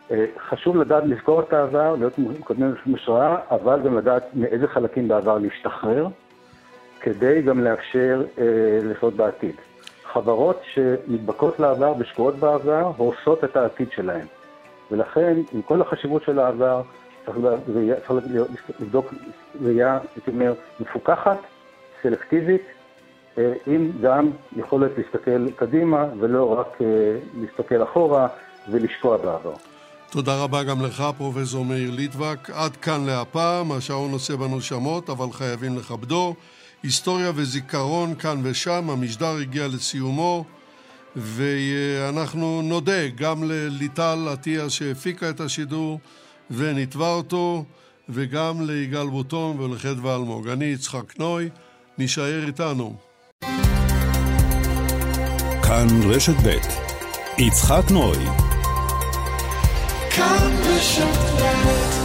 חשוב לדעת לזכור את העבר, להיות מקודמים בשואה, אבל גם לדעת מאיזה חלקים בעבר להשתחרר, כדי גם לאפשר לחיות בעתיד. חברות שמדבקות לעבר ושקועות בעבר, הורסות את העתיד שלהן. ולכן, עם כל החשיבות של העבר, צריך לבדוק ראייה, הייתי אומר, מפוקחת, סלקטיבית, עם גם יכולת להסתכל קדימה, ולא רק להסתכל אחורה ולשקוע בעבר. תודה רבה גם לך, פרופסור מאיר ליטבק. עד כאן להפעם, השעון עושה בנו שמות, אבל חייבים לכבדו. היסטוריה וזיכרון כאן ושם, המשדר הגיע לסיומו, ואנחנו נודה גם לליטל עטיה שהפיקה את השידור ונתבע אותו, וגם ליגאל בוטון ולחדווה אלמוג. אני יצחק נוי, נשאר איתנו. כאן רשת ב' יצחק נוי. כאן רשת ב'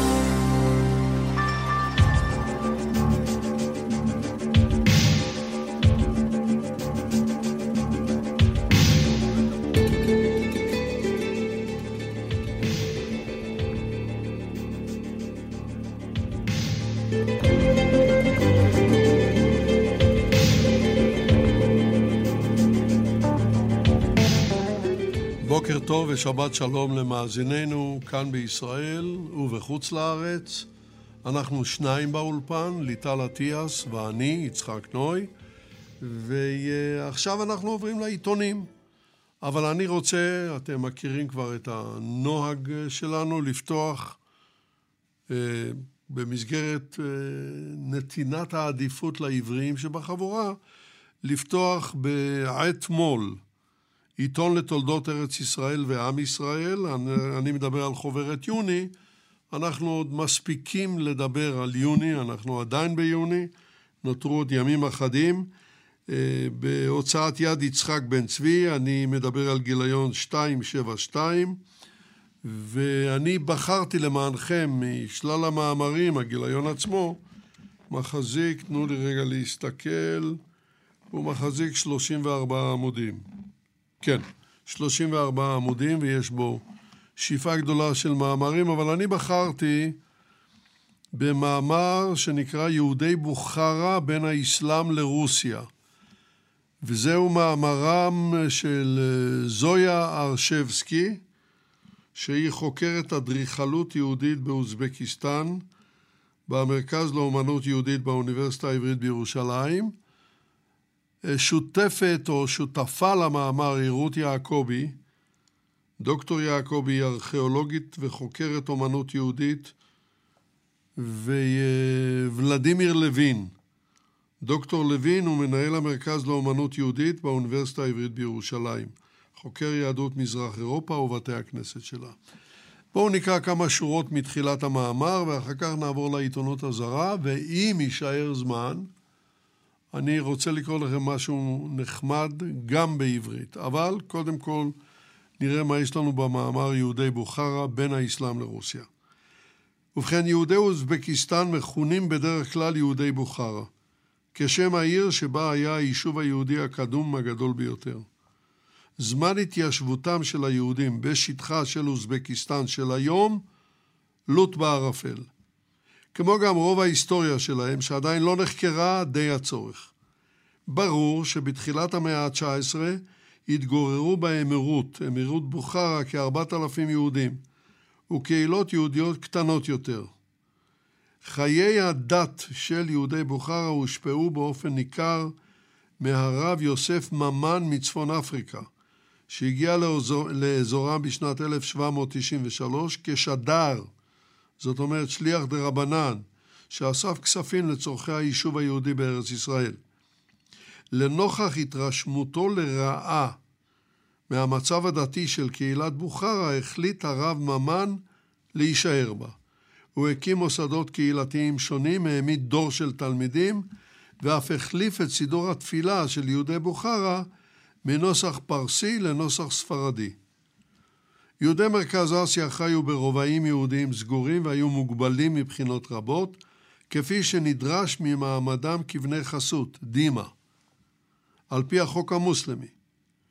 בוקר טוב ושבת שלום למאזיננו כאן בישראל ובחוץ לארץ. אנחנו שניים באולפן, ליטל עטיאס ואני, יצחק נוי, ועכשיו אנחנו עוברים לעיתונים. אבל אני רוצה, אתם מכירים כבר את הנוהג שלנו, לפתוח אה, במסגרת אה, נתינת העדיפות לעבריים שבחבורה, לפתוח בעת מול, עיתון לתולדות ארץ ישראל ועם ישראל. אני, אני מדבר על חוברת יוני. אנחנו עוד מספיקים לדבר על יוני, אנחנו עדיין ביוני, נותרו עוד ימים אחדים. בהוצאת יד יצחק בן צבי, אני מדבר על גיליון שתיים שבע שתיים, ואני בחרתי למענכם משלל המאמרים, הגיליון עצמו, מחזיק, תנו לי רגע להסתכל, הוא מחזיק שלושים וארבעה עמודים. כן, שלושים וארבעה עמודים, ויש בו שאיפה גדולה של מאמרים, אבל אני בחרתי במאמר שנקרא יהודי בוכרה בין האסלאם לרוסיה. וזהו מאמרם של זויה ארשבסקי, שהיא חוקרת אדריכלות יהודית באוזבקיסטן, במרכז לאומנות יהודית באוניברסיטה העברית בירושלים. שותפת או שותפה למאמר היא רות יעקבי. דוקטור יעקבי היא ארכיאולוגית וחוקרת אומנות יהודית, וולדימיר לוין. דוקטור לוין הוא מנהל המרכז לאומנות יהודית באוניברסיטה העברית בירושלים, חוקר יהדות מזרח אירופה ובתי הכנסת שלה. בואו נקרא כמה שורות מתחילת המאמר ואחר כך נעבור לעיתונות הזרה, ואם יישאר זמן אני רוצה לקרוא לכם משהו נחמד גם בעברית, אבל קודם כל נראה מה יש לנו במאמר יהודי בוכרה בין האסלאם לרוסיה. ובכן, יהודי אוזבקיסטן מכונים בדרך כלל יהודי בוכרה, כשם העיר שבה היה היישוב היהודי הקדום הגדול ביותר. זמן התיישבותם של היהודים בשטחה של אוזבקיסטן של היום לוט בערפל. כמו גם רוב ההיסטוריה שלהם שעדיין לא נחקרה די הצורך. ברור שבתחילת המאה ה-תשע עשרה התגוררו באמירות, אמירות בוכרה, כארבעת אלפים יהודים, וקהילות יהודיות קטנות יותר. חיי הדת של יהודי בוכרה הושפעו באופן ניכר מהרב יוסף ממן מצפון אפריקה, שהגיע לאזור, לאזורם בשנת אלף שבע מאות תשעים ושלוש כשדר, זאת אומרת שליח דרבנן, שאסף כספים לצורכי היישוב היהודי בארץ ישראל. לנוכח התרשמותו לרעה מהמצב הדתי של קהילת בוכרה, החליט הרב ממן להישאר בה. הוא הקים מוסדות קהילתיים שונים, העמיד דור של תלמידים, ואף החליף את סידור התפילה של יהודי בוכרה מנוסח פרסי לנוסח ספרדי. יהודי מרכז אסיה חיו ברובעים יהודיים סגורים והיו מוגבלים מבחינות רבות, כפי שנדרש ממעמדם כבני חסות, דימה, על פי החוק המוסלמי.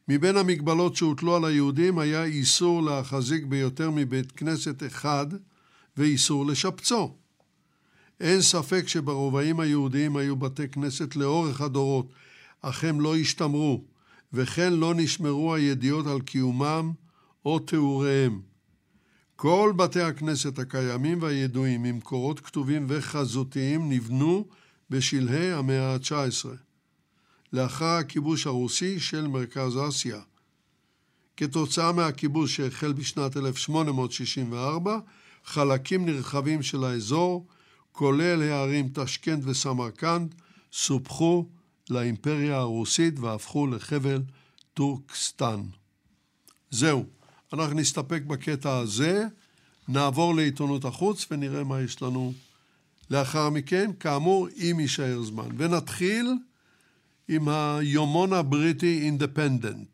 מבין המגבלות שהוטלו על היהודים היה איסור להחזיק ביותר מבית כנסת אחד ואיסור לשפצו. אין ספק שברובעים היהודיים היו בתי כנסת לאורך הדורות, אך הם לא השתמרו, וכן לא נשמרו הידיעות על קיומם או תיאוריהם. כל בתי הכנסת הקיימים והידועים עם קורות כתובים וחזותיים נבנו בשלהי המאה ה-תשע עשרה, לאחר הכיבוש הרוסי של מרכז אסיה. כתוצאה מהכיבוש שהחל בשנת אלף שמונה מאות שישים וארבע, חלקים נרחבים של האזור, כולל הערים טשקנט וסמרקנד, סופחו לאימפריה הרוסית והפכו לחבל טורקסטן. זהו, אנחנו נסתפק בקטע הזה, נעבור לעיתונות החוץ ונראה מה יש לנו לאחר מכן, כאמור, אם יישאר זמן. ונתחיל עם היומון הבריטי אינדפנדנט.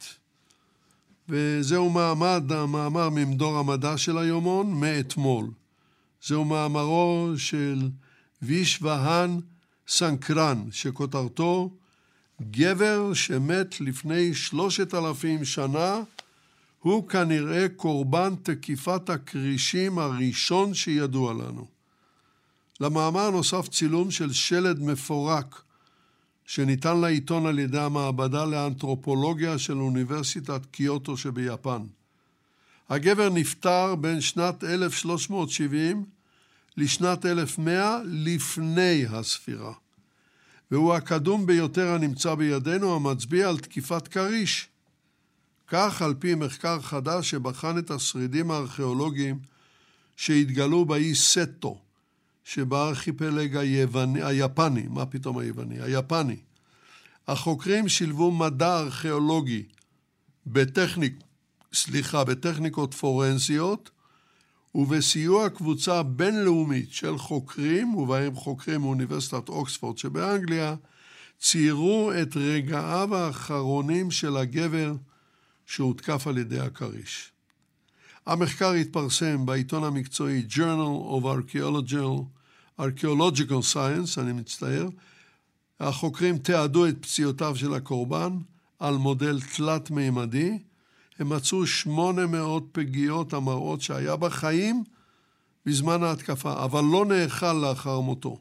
וזהו מעמד, המאמר ממדור המדע של היומון מאתמול. זהו מאמרו של וישוואהן סנקרן, שכותרתו גבר שמת לפני שלושת אלפים שנה, הוא כנראה קורבן תקיפת הקרישים הראשון שידוע לנו. למאמר נוסף צילום של שלד מפורק, שניתן לעיתון על ידי המעבדה לאנתרופולוגיה של אוניברסיטת קיוטו שביפן. הגבר נפטר בין שנת אלף שלוש מאות שבעים לשנת אלף מאה לפני הספירה, והוא הקדום ביותר הנמצא בידינו המצביע על תקיפת קריש. כך על פי מחקר חדש שבחן את השרידים הארכיאולוגיים שהתגלו באי סטו, שבארכיפלג היווני, היפני, מה פתאום היווני? היפני. החוקרים שילבו מדע ארכיאולוגי בטכניק, סליחה, בטכניקות פורנזיות, ובסיוע קבוצה בינלאומית של חוקרים, ובהם חוקרים מאוניברסיטת אוקספורד שבאנגליה, ציירו את רגעיו האחרונים של הגבר שהותקף על ידי הקריש. המחקר התפרסם בעיתון המקצועי Journal of Archaeological, Archaeological Science, אני מצטער. החוקרים תיעדו את פציעותיו של הקורבן על מודל תלת מימדי. הם מצאו שמונה מאות פגיעות המראות שהיה בחיים בזמן ההתקפה, אבל לא נאכל לאחר מותו.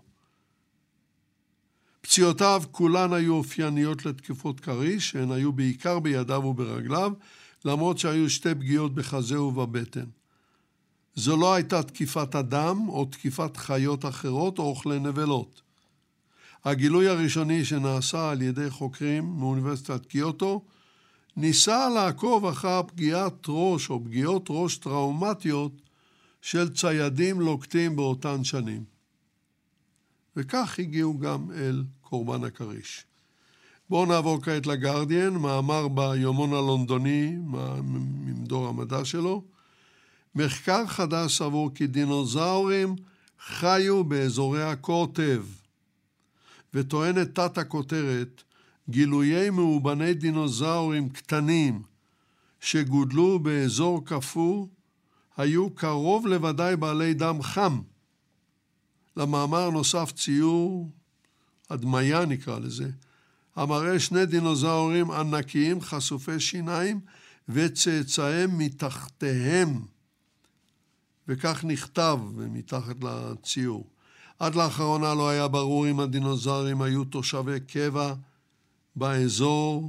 פציעותיו כולן היו אופייניות לתקיפות קריש, שהן היו בעיקר בידיו וברגליו, למרות שהיו שתי פגיעות בחזה ובבטן. זו לא הייתה תקיפת אדם או תקיפת חיות אחרות או אוכלי נבלות. הגילוי הראשוני שנעשה על ידי חוקרים מאוניברסיטת קיוטו, ניסה לעקוב אחר פגיעת ראש או פגיעות ראש טראומטיות של ציידים לוקטים באותן שנים. וכך הגיעו גם אל קורבן הקריש. בואו נעבור כעת לגרדיאן, מאמר ביומון הלונדוני, ממדור המדע שלו. מחקר חדש סבור כי דינוזאורים חיו באזורי הקוטב, וטוענת תת הכותרת, גילויי מאובני דינוזאורים קטנים שגודלו באזור קפוא, היו קרוב לוודאי בעלי דם חם. למאמר נוסף ציור, הדמיה נקרא לזה, המראה שני דינוזאורים ענקיים חשופי שיניים וצאצאיהם מתחתיהם. וכך נכתב מתחת לציור. עד לאחרונה לא היה ברור אם הדינוזאורים היו תושבי קבע באזור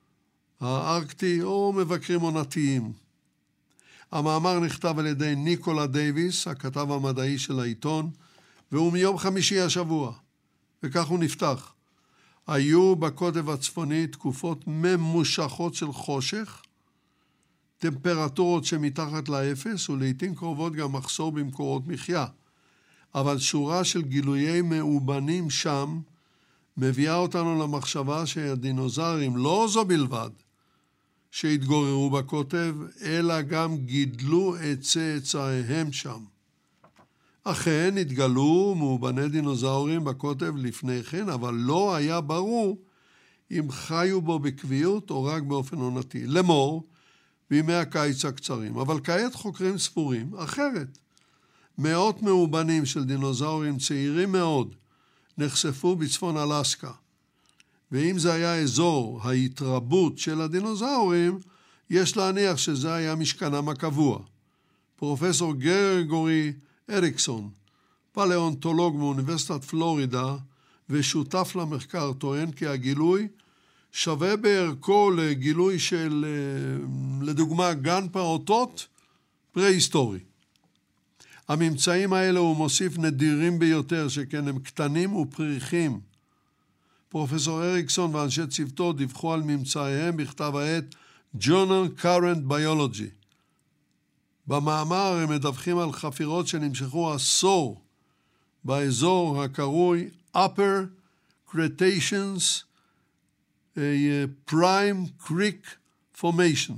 הארקטי או מבקרים עונתיים. המאמר נכתב על ידי ניקולה דייביס, הכתב המדעי של העיתון, והוא מיום חמישי השבוע, וכך הוא נפתח. היו בקוטב הצפוני תקופות ממושכות של חושך, טמפרטורות שמתחת לאפס, ולעיתים קרובות גם מחסור במקורות מחיה. אבל שורה של גילויי מאובנים שם, מביאה אותנו למחשבה שהדינוזאורים לא זו בלבד שהתגוררו בקוטב, אלא גם גידלו את צאצאיהם שם. אכן התגלו מאובני דינוזאורים בקוטב לפני כן, אבל לא היה ברור אם חיו בו בקביעות או רק באופן עונתי. לאמור, בימי הקיץ הקצרים. אבל כעת חוקרים ספורים אחרת. מאות מאובנים של דינוזאורים צעירים מאוד נחשפו בצפון אלסקה, ואם זה היה אזור ההתרבות של הדינוזאורים, יש להניח שזה היה משכנם הקבוע. פרופסור גרגורי אריקסון, פלאונטולוג מאוניברסיטת פלורידה ושותף למחקר, טוען כי הגילוי שווה בערכו לגילוי של, לדוגמה, גן פעוטות פרה-היסטורי. הממצאים האלה, הוא מוסיף, נדירים ביותר, שכן הם קטנים ופריחים. פרופסור אריקסון ואנשי צוותו דיווחו על ממצאיהם בכתב העת Journal Current Biology. במאמר הם מדווחים על חפירות שנמשכו עשור באזור הקרוי Upper Cretaceous Prime Creek Formation.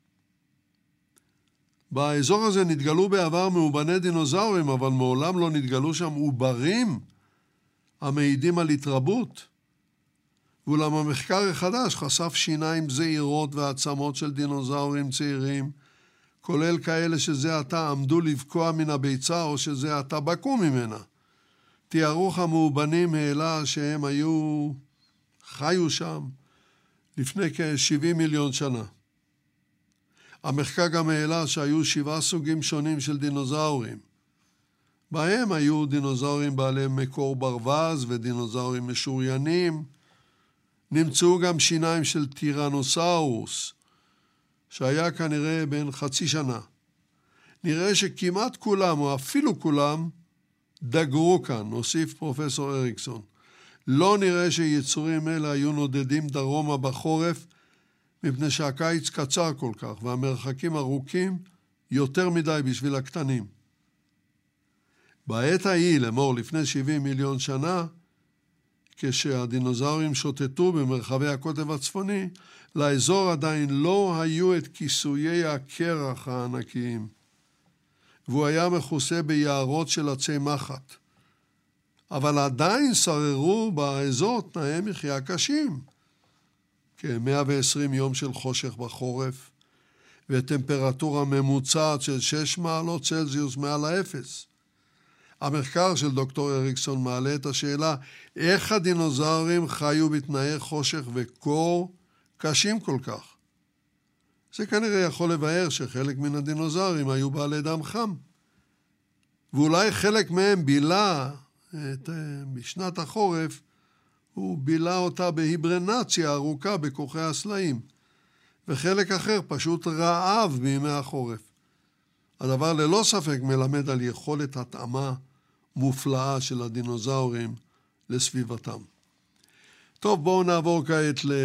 באזור הזה נתגלו בעבר מאובני דינוזאורים, אבל מעולם לא נתגלו שם עוברים המעידים על התרבות. ואולם המחקר החדש חשף שיניים זעירות ועצמות של דינוזאורים צעירים, כולל כאלה שזה עתה עמדו לבקוע מן הביצה או שזה עתה בקעו ממנה. תיארוך המאובנים העלה שהם היו, חיו שם לפני כ-שבעים מיליון שנה. המחקר גם העלה שהיו שבעה סוגים שונים של דינוזאורים. בהם היו דינוזאורים בעלי מקור ברווז ודינוזאורים משוריינים. נמצאו גם שיניים של טירנוסאורוס, שהיה כנראה בן חצי שנה. נראה שכמעט כולם, או אפילו כולם, דגרו כאן, הוסיף פרופסור אריקסון. לא נראה שיצורים אלה היו נודדים דרומה בחורף, מפני שהקיץ קצר כל כך, והמרחקים ארוכים יותר מדי בשביל הקטנים. בעת ההיא, לאמור לפני שבעים מיליון שנה, כשהדינוזאורים שוטטו במרחבי הקוטב הצפוני, לאזור עדיין לא היו את כיסויי הקרח הענקיים, והוא היה מכוסה ביערות של עצי מחט. אבל עדיין שררו באזור תנאי מחיה קשים, כ-מאה ועשרים יום של חושך בחורף, וטמפרטורה ממוצעת של שש מעלות צלזיוס מעל האפס. המחקר של דוקטור אריקסון מעלה את השאלה, איך הדינוזאורים חיו בתנאי חושך וקור קשים כל כך? זה כנראה יכול לבאר שחלק מן הדינוזאורים היו בעלי דם חם. ואולי חלק מהם בילה את, בשנת החורף, הוא בילה אותה בהיברנציה ארוכה בכוחי הסלעים, וחלק אחר פשוט רעב בימי החורף. הדבר ללא ספק מלמד על יכולת התאמה מופלאה של הדינוזאורים לסביבתם. טוב, בואו נעבור כעת ל...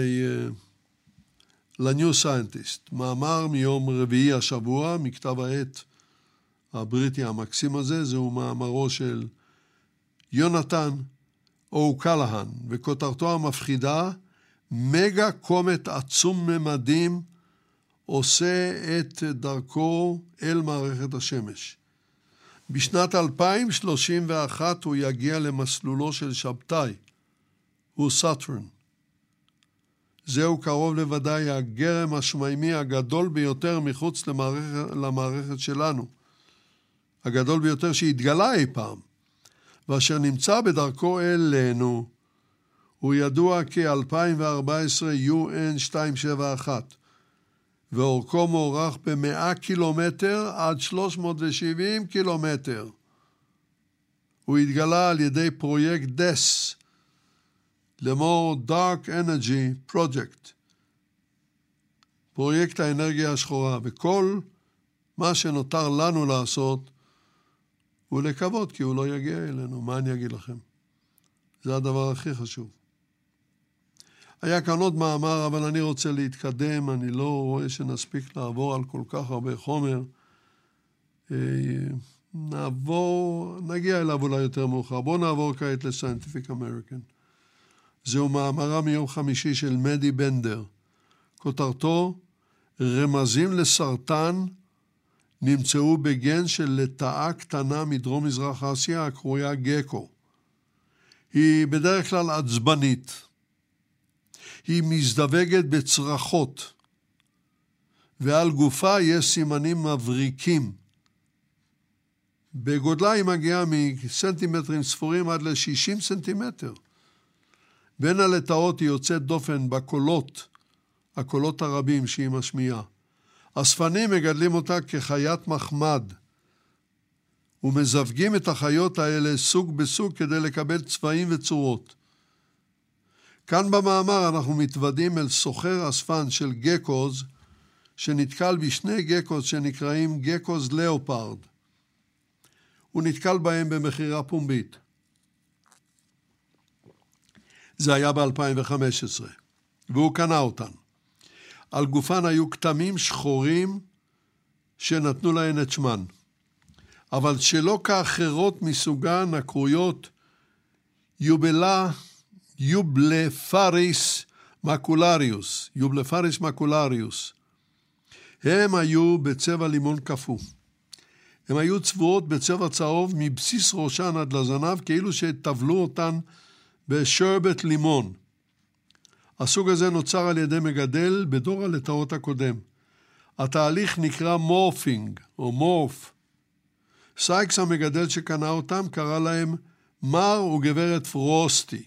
ל-New Scientist, מאמר מיום רביעי השבוע, מכתב העת הבריטי המקסים הזה, זהו מאמרו של יונתן אוקלהן, וכותרתו המפחידה, מגה קומט עצום ממדים עושה את דרכו אל מערכת השמש. בשנת אלפיים שלושים ואחת הוא יגיע למסלולו של שבתאי, הוא סאטרן. זהו קרוב לוודאי הגרם השמיימי הגדול ביותר מחוץ למערכת, למערכת שלנו. הגדול ביותר שהתגלה אי פעם, ואשר נמצא בדרכו אלינו, הוא ידוע כ-אלפיים וארבע עשרה יו אן מאתיים שבעים ואחת, ואורכו מוערך ב-מאה קילומטר עד שלוש מאות ושבעים קילומטר. הוא התגלה על ידי פרויקט דס, לאמור Dark Energy Project, פרויקט האנרגיה השחורה, וכל מה שנותר לנו לעשות הוא לקוות, כי הוא לא יגיע אלינו. מה אני אגיד לכם? זה הדבר הכי חשוב. היה כאן עוד מאמר, אבל אני רוצה להתקדם, אני לא רואה שנספיק לעבור על כל כך הרבה חומר. נעבור, נגיע אליו אולי יותר מאוחר. בואו נעבור כעת ל-Scientific American. זהו מאמרה מיום חמישי של מדי בנדר. כותרתו, רמזים לסרטן נמצאו בגן של לטאה קטנה מדרום מזרח אסיה הקרויה גקו. היא בדרך כלל עצבנית. היא מזדווגת בצרחות, ועל גופה יש סימנים מבריקים. בגודלה היא מגיעה מסנטימטרים ספורים עד ל-שישים סנטימטר. בין הלטאות היא יוצאת דופן בקולות, הקולות הרבים שהיא משמיעה. הספנים מגדלים אותה כחיית מחמד, ומזווגים את החיות האלה סוג בסוג כדי לקבל צבעים וצורות. כאן במאמר אנחנו מתוודעים אל סוחר אספן של גקוז, שנתקל בשני גקוז שנקראים גקוז לאופרד. הוא נתקל בהם במחירה פומבית. זה היה ב-אלפיים וחמש עשרה, והוא קנה אותן. על גופן היו כתמים שחורים שנתנו להן את שמן. אבל שלא כאחרות מסוגן הקרויות יובלה, יובלפריס מקולריוס, יובלפריס מקולריוס. הם היו בצבע לימון קפוא. הם היו צבועות בצבע צהוב מבסיס ראשן עד לזנב, כאילו שטבלו אותן בשרבט לימון. הסוג הזה נוצר על ידי מגדל בדור הלטאות הקודם. התהליך נקרא מורפינג או מורף. סייקס המגדל שקנה אותם קרא להם מר וגברת פרוסטי.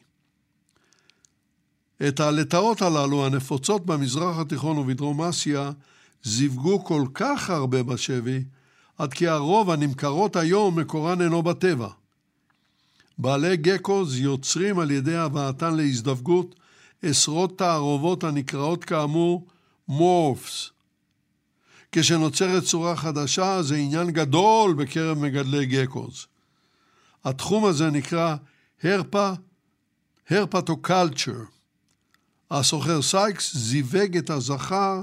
את הלטאות הללו הנפוצות במזרח התיכון ובדרום אסיה זיווגו כל כך הרבה בשבי, עד כי הרוב הנמכרות היום מקורן אינו בטבע. בעלי גקוז יוצרים על ידי הבאתן להזדווגות עשרות תערובות הנקראות כאמור מורפס. כשנוצרת צורה חדשה זה עניין גדול בקרב מגדלי גקוז. התחום הזה נקרא הרפה, הרפטוקלצ'ר. הסוחר סייקס זיווג את הזכר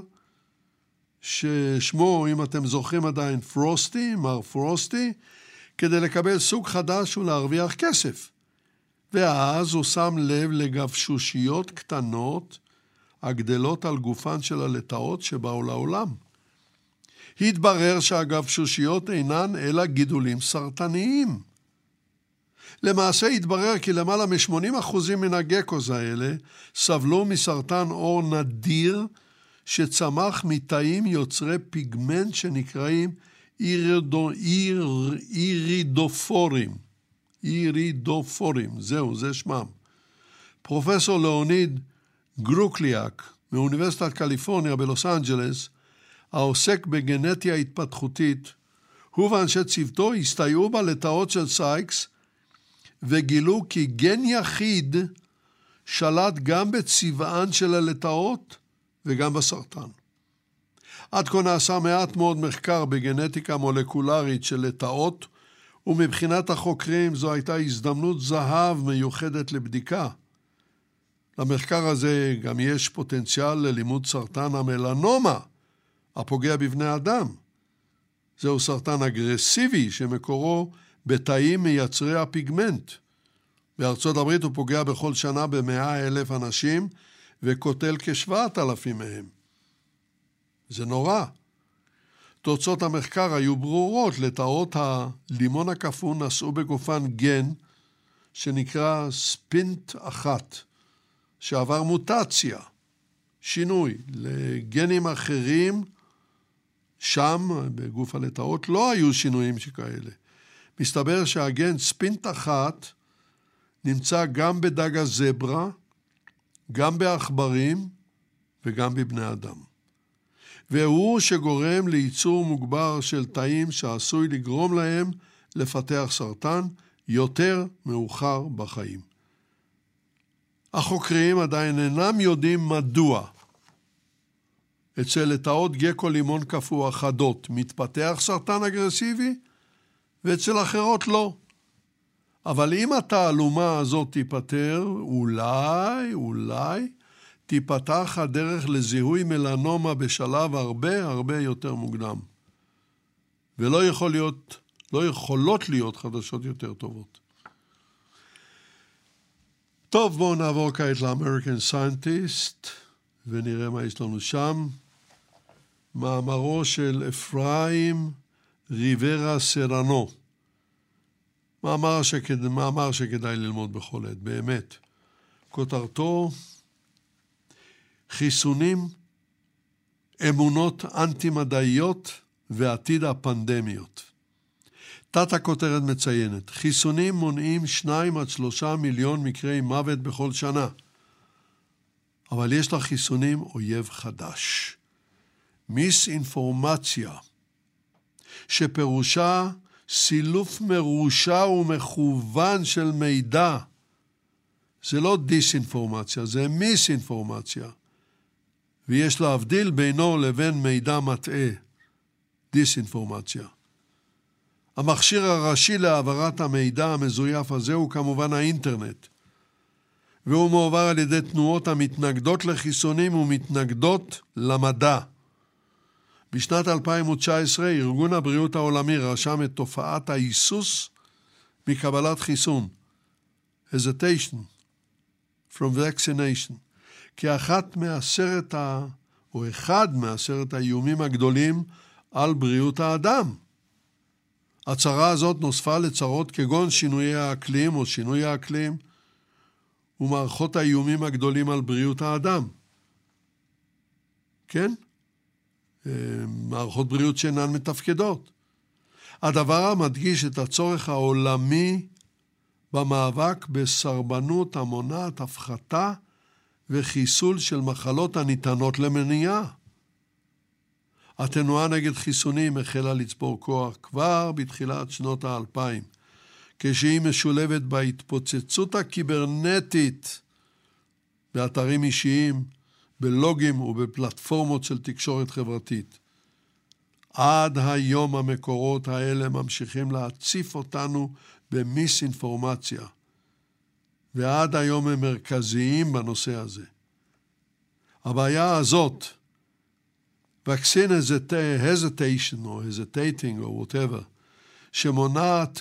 ששמו, אם אתם זוכרים עדיין, פרוסטי, מר פרוסטי, כדי לקבל סוג חדש ולהרוויח כסף. ואז הוא שם לב לגבשושיות קטנות הגדלות על גופן של הלטאות שבאו לעולם. התברר שהגבשושיות אינן אלא גידולים סרטניים. למעשה התברר כי למעלה מ-שמונים אחוז מן הגקוז האלה סבלו מסרטן עור נדיר שצמח מתאים יוצרי פיגמנט שנקראים אירידו, איר, אירידופורים. אירידופורים, זהו, זה שמם. פרופסור לאוניד גרוקליאק מאוניברסיטת קליפורניה בלוס אנג'לס, העוסק בגנטיה התפתחותית, הוא ואנשי צוותו הסתייעו בלטאות של סייקס, וגילו כי גן יחיד שלט גם בצבען של הלטאות וגם בסרטן. עד כה נעשה מעט מאוד מחקר בגנטיקה מולקולרית של לטאות, ומבחינת החוקרים זו הייתה הזדמנות זהב מיוחדת לבדיקה. למחקר הזה גם יש פוטנציאל ללימוד סרטן המלנומה, הפוגע בבני אדם. זהו סרטן אגרסיבי שמקורו בתאים מייצרי הפיגמנט. בארצות הברית הוא פוגע בכל שנה במאה אלף אנשים וקוטל כשבעת אלפים מהם. זה נורא. תוצאות המחקר היו ברורות. לטאות הלימון הקפוא נשאו בגופן גן שנקרא ספינט אחת, שעבר מוטציה, שינוי לגנים אחרים. שם בגוף הלטאות לא היו שינויים שכאלה. מסתבר שהגן ספינט אחת נמצא גם בדג הזברה, גם בעכברים וגם בבני אדם. והוא שגורם לייצור מוגבר של תאים שעשוי לגרום להם לפתח סרטן יותר מאוחר בחיים. החוקרים עדיין אינם יודעים מדוע אצל לטאות גקו לימון קפוא אחדות מתפתח סרטן אגרסיבי ואצל אחרות לא. אבל אם התעלומה הזאת תיפטר, אולי, אולי, תיפתח הדרך לזיהוי מלנומה בשלב הרבה הרבה יותר מוקדם. ולא יכול להיות, לא יכולות להיות חדשות יותר טובות. טוב, בואו נעבור כעת לאמריקן סיינטיסט, ונראה מה יש לנו שם. מאמרו של אפרים ריברה סרנו. מאמר, שכד... מאמר שכדאי ללמוד בכל עת, באמת. כותרתו, חיסונים, אמונות אנטי-מדעיות ועתיד הפנדמיות. תת הכותרת מציינת, חיסונים מונעים שניים עד שלושה מיליון מקרי מוות בכל שנה. אבל יש לחיסונים אויב חדש. מיסאינפורמציה, שפירושה סילוף מרושע ומכוון של מידע. זה לא דיסאינפורמציה, זה מיסאינפורמציה. ויש להבדיל בינו לבין מידע מטעה, דיסאינפורמציה. המכשיר הראשי להעברת המידע המזויף הזה הוא כמובן האינטרנט, והוא מועבר על ידי תנועות המתנגדות לחיסונים ומתנגדות למדע. בשנת אלפיים תשע עשרה ארגון הבריאות העולמי רשם את תופעת ההיסוס מקבלת חיסון, hesitation from vaccination, כאחת מעשרת ה... או אחד מעשרת האיומים הגדולים על בריאות האדם. הצרה הזאת נוספה לצרות כגון שינויי האקלים או שינוי האקלים ומערכות האיומים הגדולים על בריאות האדם. כן? מערכות בריאות שאינן מתפקדות. הדבר המדגיש את הצורך העולמי במאבק בסרבנות המונעת הפחתה וחיסול של מחלות הניתנות למניעה. התנועה נגד חיסונים החלה לצבור כוח כבר בתחילת שנות האלפיים, כשהיא משולבת בהתפוצצות הקיברנטית באתרים אישיים, בלוגים ובפלטפורמות של תקשורת חברתית. עד היום המקורות האלה ממשיכים להציף אותנו במיסאינפורמציה, ועד היום הם מרכזיים בנושא הזה. הבעיה הזאת, vaccine hesitation או hesitating או whatever, שמונעת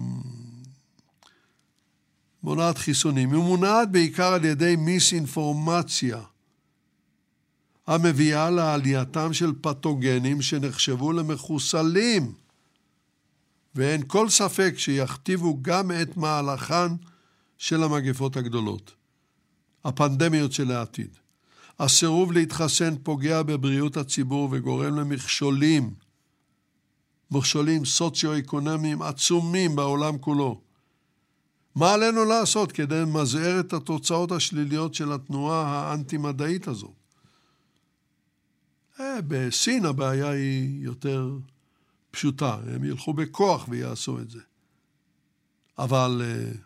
מונעת חיסונים, היא מונעת בעיקר על ידי מיסאינפורמציה, המביאה לעלייתם של פתוגנים שנחשבו למחוסלים, ואין כל ספק שיכתיבו גם את מהלכן של המגפות הגדולות, הפנדמיות של העתיד. הסירוב להתחסן פוגע בבריאות הציבור וגורם למכשולים, מכשולים סוציו-אקונומיים עצומים בעולם כולו. מה עלינו לעשות כדי למזער את התוצאות השליליות של התנועה האנטי-מדעית הזאת? בסין הבעיה היא יותר פשוטה, הם ילכו בכוח ויעשו את זה. אבל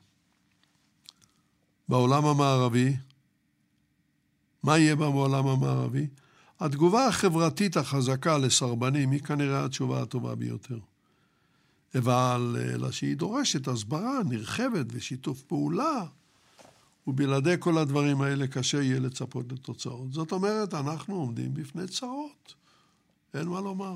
בעולם המערבי, מה יהיה בעולם המערבי? התגובה החברתית החזקה לסרבנים היא כנראה התשובה הטובה ביותר. אבל אלא שהיא דורשת הסברה נרחבת ושיתוף פעולה, ובלעדי כל הדברים האלה קשה יהיה לצפות לתוצאות. זאת אומרת, אנחנו עומדים בפני צרות. אין מה לומר.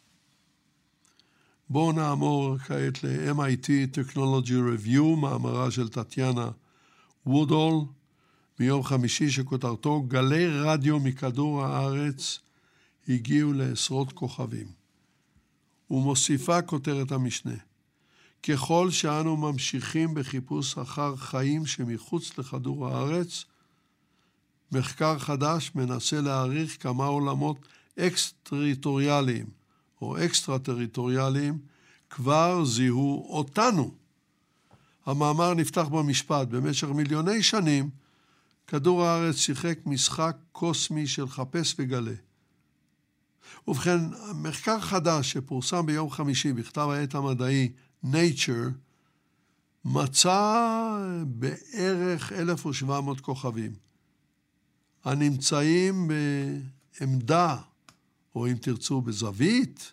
בואו נעמור כעת ל-אם איי טי Technology Review, מאמרה של טטיאנה וודול, מיום חמישי שכותרתו, גלי רדיו מכדור הארץ הגיעו לעשרות כוכבים. ומוסיפה כותרת המשנה, ככל שאנו ממשיכים בחיפוש אחר חיים שמחוץ לכדור הארץ, מחקר חדש מנסה להעריך כמה עולמות אקס-טריטוריאליים או אקסטרה-טריטוריאליים כבר זיהו אותנו. המאמר נפתח במשפט, במשך מיליוני שנים, כדור הארץ שיחק משחק קוסמי של חפש וגלה. ובכן, מחקר חדש שפורסם ביום חמישי בכתב העת המדעי Nature, מצא בערך אלף ושבע מאות כוכבים, הנמצאים בעמדה, או אם תרצו בזווית,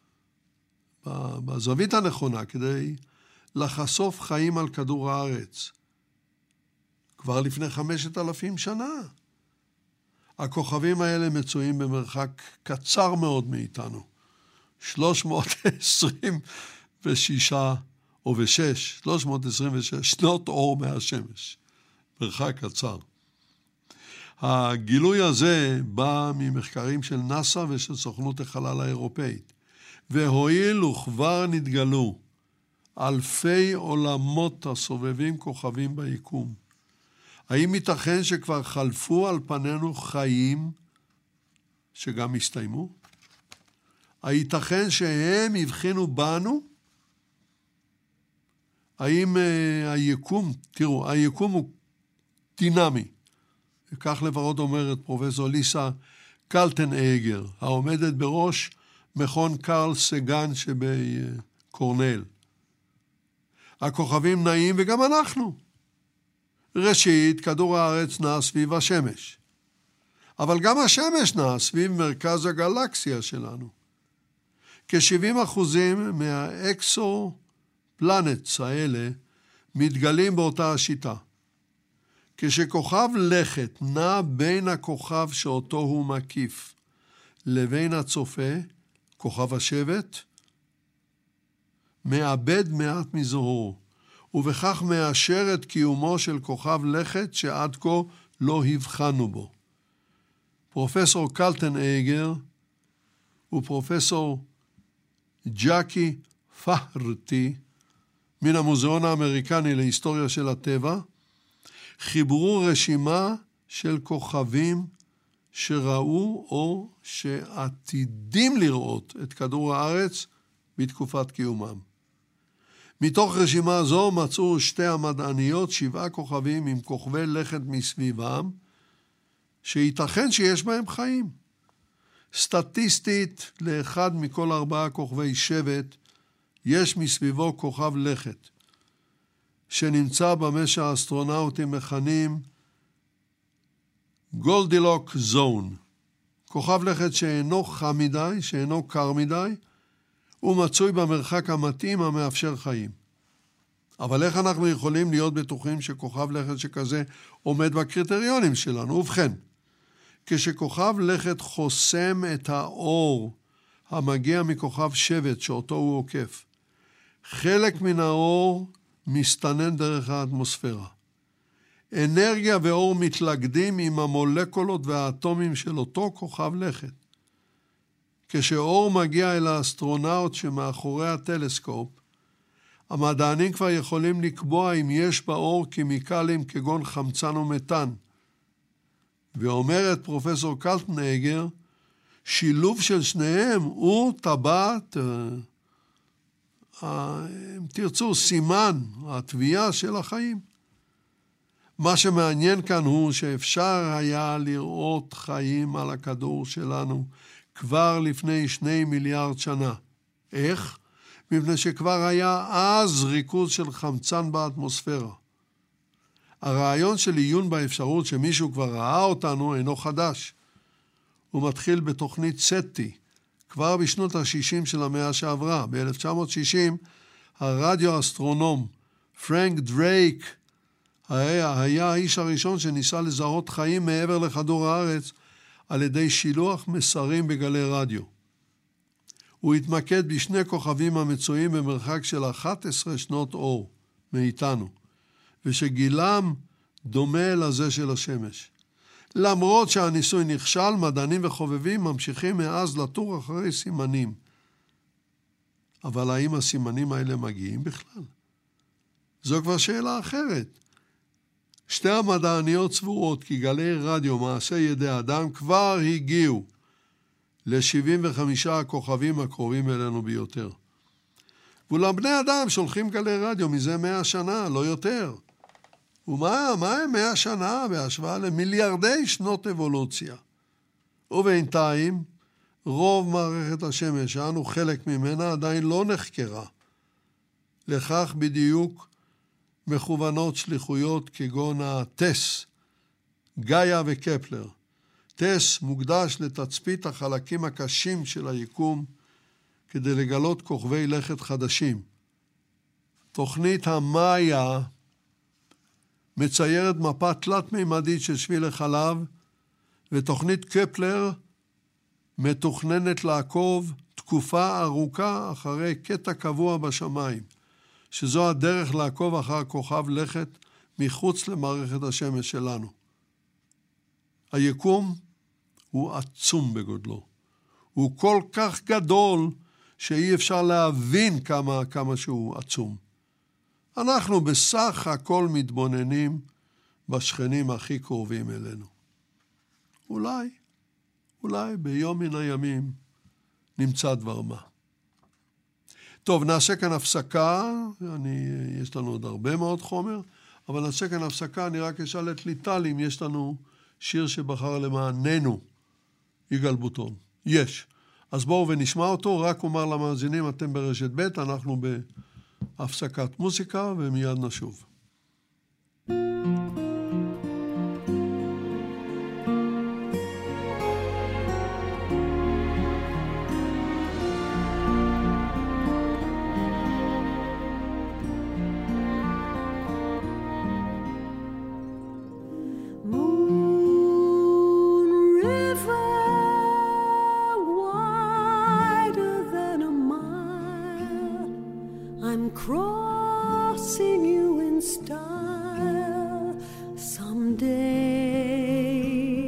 בזווית הנכונה, כדי לחשוף חיים על כדור הארץ. כבר לפני חמשת אלפים שנה. הכוכבים האלה מצויים במרחק קצר מאוד מאיתנו. שלוש מאות עשרים ושש או ושש, שלוש מאות עשרים ושש שנות אור מהשמש. מרחק קצר. הגילוי הזה בא ממחקרים של נאסא ושל סוכנות החלל האירופאית. והואיל וכבר נתגלו אלפי עולמות הסובבים כוכבים ביקום. האם ייתכן שכבר חלפו על פנינו חיים שגם הסתיימו? הייתכן שהם הבחינו בנו? האם uh, היקום, תראו, היקום הוא דינמי, כך לפחות אומרת פרופסור ליסה קלטנאגר, העומדת בראש מכון קרל סגן שבקורנל. הכוכבים נעים וגם אנחנו. ראשית, כדור הארץ נע סביב השמש. אבל גם השמש נע סביב מרכז הגלקסיה שלנו. כ-שבעים אחוזים מהאקסופלנטס האלה מתגלים באותה השיטה. כשכוכב לכת נע בין הכוכב שאותו הוא מקיף לבין הצופה, כוכב השבט, מאבד מעט מזוהרו, ובכך מאשר את קיומו של כוכב לכת שעד כה לא הבחנו בו. פרופסור קלטנאגר ופרופסור ג'קי פהרטי מן המוזיאון האמריקני להיסטוריה של הטבע חיברו רשימה של כוכבים שראו או שעתידים לראות את כדור הארץ בתקופת קיומם. מתוך רשימה זו מצאו שתי המדעניות שבעה כוכבים עם כוכבי לכת מסביבם, שייתכן שיש בהם חיים. סטטיסטית, לאחד מכל ארבעה כוכבי שבט, יש מסביבו כוכב לכת, שנמצא במה שהאסטרונאוטים מכנים גולדילוק זון. כוכב לכת שאינו חם מדי, שאינו קר מדי, הוא מצוי במרחק המתאים המאפשר חיים. אבל איך אנחנו יכולים להיות בטוחים שכוכב לכת שכזה עומד בקריטריונים שלנו? ובכן, כשכוכב לכת חוסם את האור המגיע מכוכב שבט שאותו הוא עוקף, חלק מן האור מסתנן דרך האטמוספירה. אנרגיה ואור מתלכדים עם המולקולות והאטומים של אותו כוכב לכת. כשאור מגיע אל האסטרונאוט שמאחורי הטלסקופ, המדענים כבר יכולים לקבוע אם יש באור כימיקלים כגון חמצן ומתאן. ואומרת פרופסור קלטנאגר, שילוב של שניהם הוא טבעת, אם תרצו, סימן, התביעה של החיים. מה שמעניין כאן הוא שאפשר היה לראות חיים על הכדור שלנו כבר לפני שני מיליארד שנה. איך? מפני שכבר היה אז ריכוז של חמצן באטמוספירה. הרעיון של עיון באפשרות שמישהו כבר ראה אותנו אינו חדש. הוא מתחיל בתוכנית סטי, כבר בשנות ה-שישים של המאה שעברה. ב-אלף תשע מאות שישים הרדיו אסטרונום פרנק דרייק היה, היה האיש הראשון שניסה לזהות חיים מעבר לכדור הארץ על ידי שילוח מסרים בגלי רדיו. הוא התמקד בשני כוכבים המצויים במרחק של אחת עשרה שנות אור מאיתנו, ושגילם דומה לזה של השמש. למרות שהניסוי נכשל, מדענים וחובבים ממשיכים מאז לטור אחרי סימנים. אבל האם הסימנים האלה מגיעים בכלל? זו כבר שאלה אחרת. שתי המדעניות סבורות כי גלי רדיו מעשה ידי אדם כבר הגיעו ל-שבעים וחמישה הכוכבים הקרובים אלינו ביותר. ואולם בני אדם שולחים גלי רדיו מזה מאה שנה, לא יותר. ומה, מה הם מאה שנה בהשוואה למיליארדי שנות אבולוציה? ובינתיים, רוב מערכת השמש, שאנו חלק ממנה, עדיין לא נחקרה. לכך בדיוק מכוונות שליחויות כגון הטס, גאיה וקפלר. טס מוקדש לתצפית החלקים הקשים של היקום כדי לגלות כוכבי לכת חדשים. תוכנית המאיה מציירת מפה תלת-מימדית של שביל החלב, ותוכנית קפלר מתוכננת לעקוב תקופה ארוכה אחרי קטע קבוע בשמיים, שזו הדרך לעקוב אחר כוכב לכת מחוץ למערכת השמש שלנו. היקום הוא עצום בגודלו. הוא כל כך גדול שאי אפשר להבין כמה, כמה שהוא עצום. אנחנו בסך הכל מתבוננים בשכנים הכי קרובים אלינו. אולי, אולי ביום מן הימים נמצא דבר מה. טוב, נעשה כאן הפסקה, אני, יש לנו עוד הרבה מאוד חומר, אבל נעשה כאן הפסקה, אני רק אשאל את ליטל אם יש לנו שיר שבחר למעננו יגאל בוטון. יש. אז בואו ונשמע אותו, רק אומר למאזינים, אתם ברשת ב', אנחנו בהפסקת מוסיקה ומיד נשוב. Crossing you in style someday.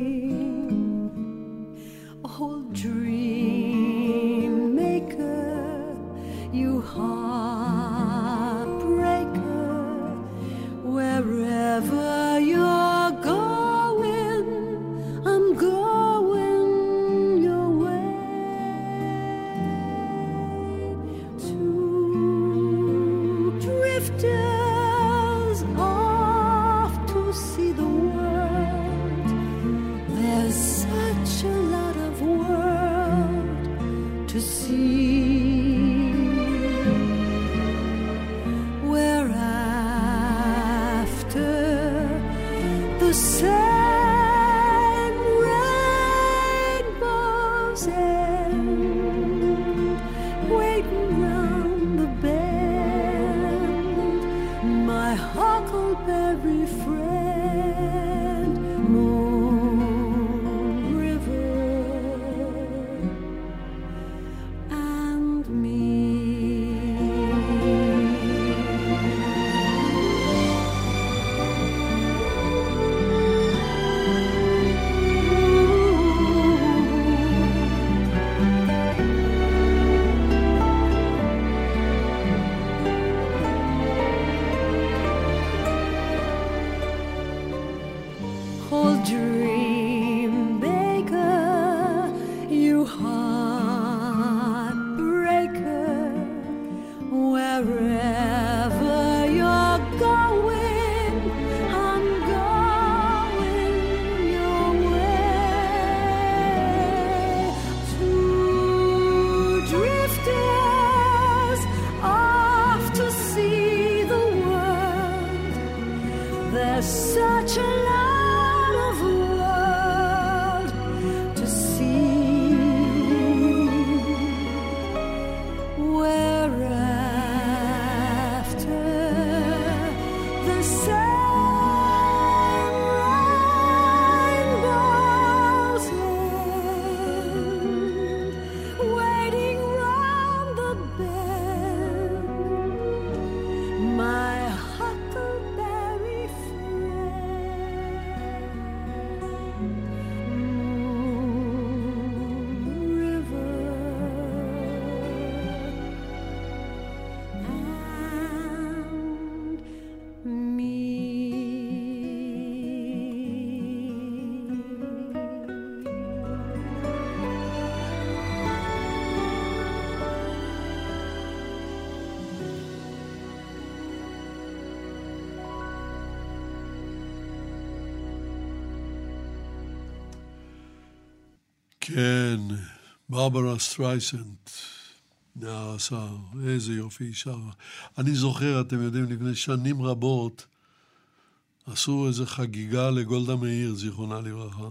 Old dream maker, you heartbreaker, wherever you're going, I'm going your way. Drifters off to see the world. There's such a lot of world to see. We're after the same rainbows end, waiting round the bend. My huckleberry friend, Moon River, and me. Old dream maker, you heartbreaker, wherever you're going, I'm going your way. Two drifters off to see the world. There's such a lot כן, ברברה סטרייסנד, נעשה, איזה יופי היא שרה. אני זוכר, אתם יודעים, לפני שנים רבות, עשו איזו חגיגה לגולדה מאיר, זיכרונה לברכה.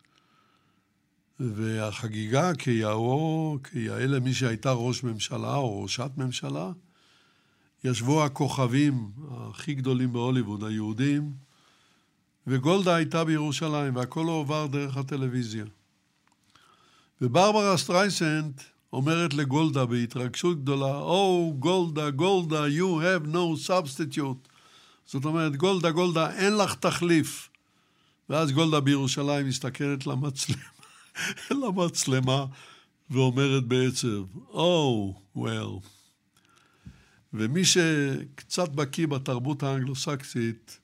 והחגיגה כיאו, כיאה למי שהייתה ראש ממשלה או ראשת ממשלה, ישבו הכוכבים הכי גדולים בהוליווד, היהודים, וגולדה הייתה בירושלים, והכל עובר דרך הטלוויזיה. וברברה סטרייסנד אומרת לגולדה בהתרגשות גדולה, Oh, גולדה, גולדה, you have no substitute. זאת אומרת, גולדה, גולדה, אין לך תחליף. ואז גולדה בירושלים מסתכלת למצלמה, למצלמה ואומרת בעצב, Oh, well. ומי שקצת בקיא בתרבות האנגלוסקסית,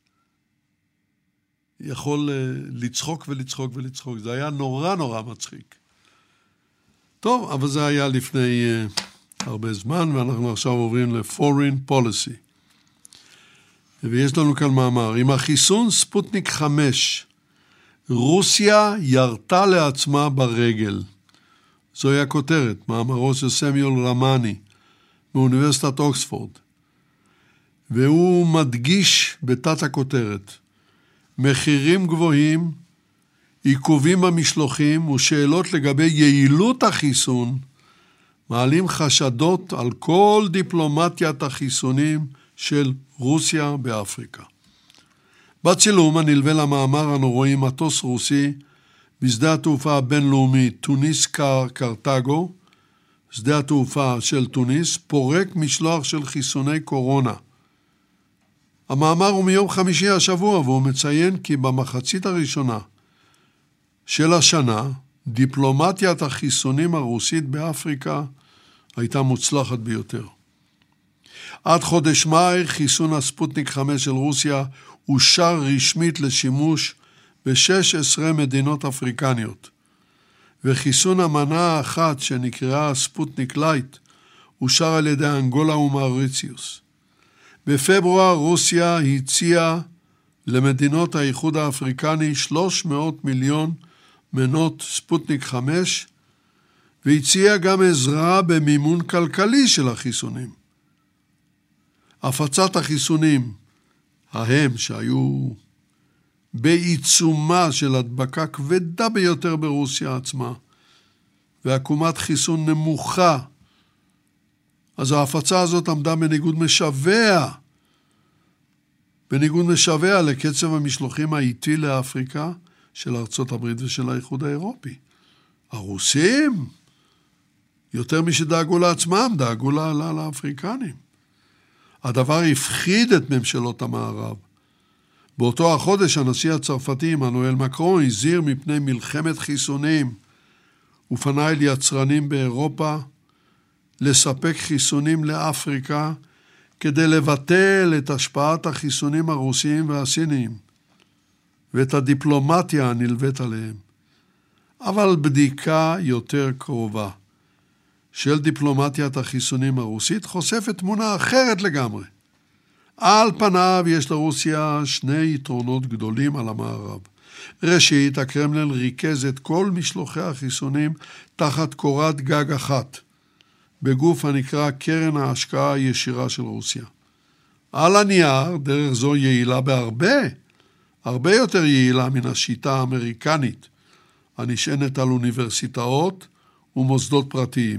יכול לצחוק ולצחוק ולצחוק. זה היה נורא נורא מצחיק. טוב, אבל זה היה לפני uh, הרבה זמן, ואנחנו עכשיו עוברים ל-Foreign Policy. ויש לנו כאן מאמר, עם החיסון ספוטניק חמש רוסיה ירתה לעצמה ברגל. זוהי הכותרת, מאמרו של סמיול רמני, מאוניברסיטת אוקספורד. והוא מדגיש בתת הכותרת, מחירים גבוהים, עיכובים במשלוחים ושאלות לגבי יעילות החיסון, מעלים חשדות על כל דיפלומטיית החיסונים של רוסיה באפריקה. בצילום הנלווה למאמר אנו רואים מטוס רוסי בשדה התעופה הבינלאומי טוניס קרטגו, שדה התעופה של טוניס, פורק משלוח של חיסוני קורונה. המאמר הוא מיום חמישי השבוע, והוא מציין כי במחצית הראשונה של השנה, דיפלומטיית החיסונים הרוסית באפריקה הייתה מוצלחת ביותר. עד חודש מאי חיסון הספוטניק חמש של רוסיה אושר רשמית לשימוש ב-שש עשרה מדינות אפריקניות, וחיסון המנה האחת שנקראה ספוטניק לייט אושר על ידי אנגולה ומאוריציוס. בפברואר רוסיה הציעה למדינות האיחוד האפריקני שלוש מאות מיליון מנות ספוטניק חמש, והציעה גם עזרה במימון כלכלי של החיסונים. הפצת החיסונים ההם שהיו בעיצומה של הדבקה כבדה ביותר ברוסיה עצמה, ועקומת חיסון נמוכה, אז ההפצה הזאת עמדה בניגוד משווע, בניגוד משווע לקצב המשלוחים האיטי לאפריקה של ארצות הברית ושל האיחוד האירופי. הרוסים, יותר משדאגו לעצמם, דאגו לה, לה, לאפריקנים. הדבר הפחיד את ממשלות המערב. באותו החודש הנשיא הצרפתי עמנואל מקרון הזהיר מפני מלחמת חיסונים, ופנה אל יצרנים באירופה לספק חיסונים לאפריקה כדי לבטל את השפעת החיסונים הרוסיים והסיניים ואת הדיפלומטיה הנלווית עליהם. אבל בדיקה יותר קרובה של דיפלומטיית החיסונים הרוסית חושפת תמונה אחרת לגמרי. על פניו יש לרוסיה שני יתרונות גדולים על המערב. ראשית, הקרמלין ריכז את כל משלוחי החיסונים תחת קורת גג אחת, בגוף הנקרא קרן ההשקעה הישירה של רוסיה. על הנייר, דרך זו יעילה בהרבה, הרבה יותר יעילה מן השיטה האמריקנית, הנשענת על אוניברסיטאות ומוסדות פרטיים.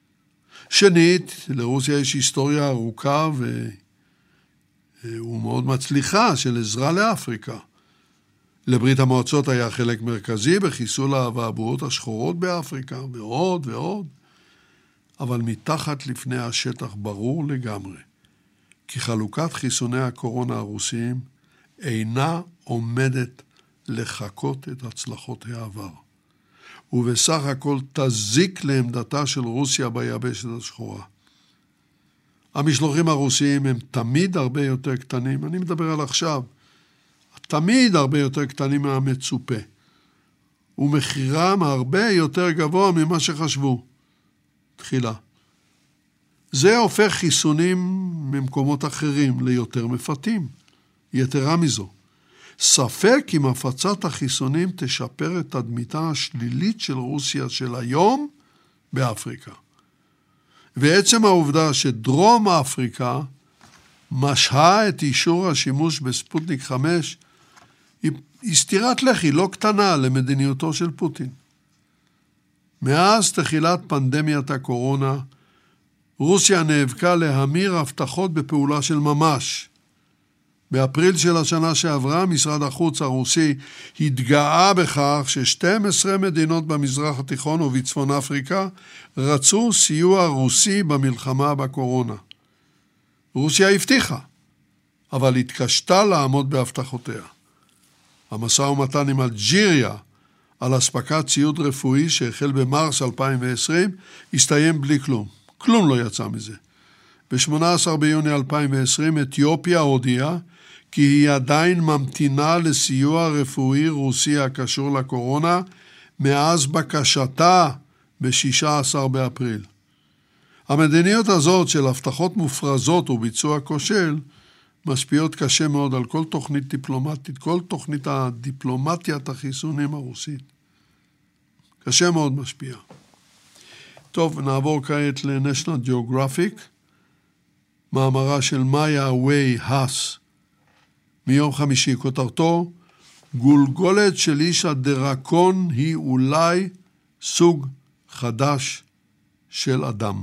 שנית, לרוסיה יש היסטוריה ארוכה ו... ומאוד מצליחה של עזרה לאפריקה. לברית המועצות היה חלק מרכזי בחיסול האבעבועות השחורות באפריקה, ועוד ועוד. אבל מתחת לפני השטח ברור לגמרי, כי חלוקת חיסוני הקורונה הרוסיים אינה עומדת לחכות את הצלחות העבר. ובסך הכל תזיק לעמדתה של רוסיה ביבשת השחורה. המשלוחים הרוסיים הם תמיד הרבה יותר קטנים, אני מדבר על עכשיו, תמיד הרבה יותר קטנים מהמצופה, ומחירם הרבה יותר גבוה ממה שחשבו. תחילה. זה הופך חיסונים ממקומות אחרים ליותר מפתים. יתרה מזו, ספק אם הפצת החיסונים תשפר את תדמיתה השלילית של רוסיה של היום באפריקה. ועצם העובדה שדרום אפריקה משהה את אישור השימוש בספוטניק חמש, היא, היא סתירת לחי לא קטנה למדיניותו של פוטין. מאז תחילת פנדמיית הקורונה, רוסיה נאבקה להמיר הבטחות בפעולה של ממש. באפריל של השנה שעברה, משרד החוץ הרוסי התגאה בכך ש-שתים עשרה מדינות במזרח התיכון ובצפון אפריקה רצו סיוע רוסי במלחמה בקורונה. רוסיה הבטיחה, אבל התקשתה לעמוד בהבטחותיה. המשא ומתן עם אלג'יריה על הספקת ציוד רפואי שהחל במרס אלפיים ועשרים הסתיים בלי כלום. כלום לא יצא מזה. ב-שמונה עשר ביוני אלפיים ועשרים אתיופיה הודיעה כי היא עדיין ממתינה לסיוע רפואי רוסי הקשור לקורונה מאז בקשתה ב-שישה עשר באפריל. המדיניות הזאת של הבטחות מופרזות וביצוע כושל משפיעות קשה מאוד על כל תוכנית דיפלומטית, כל תוכנית הדיפלומטיית החיסונים הרוסית. קשה מאוד משפיע. טוב, נעבור כעת ל-National Geographic, מאמרה של מאיה ווי האס, מיום חמישי, כותרתו, גולגולת של איש הדרקון היא אולי סוג חדש של אדם.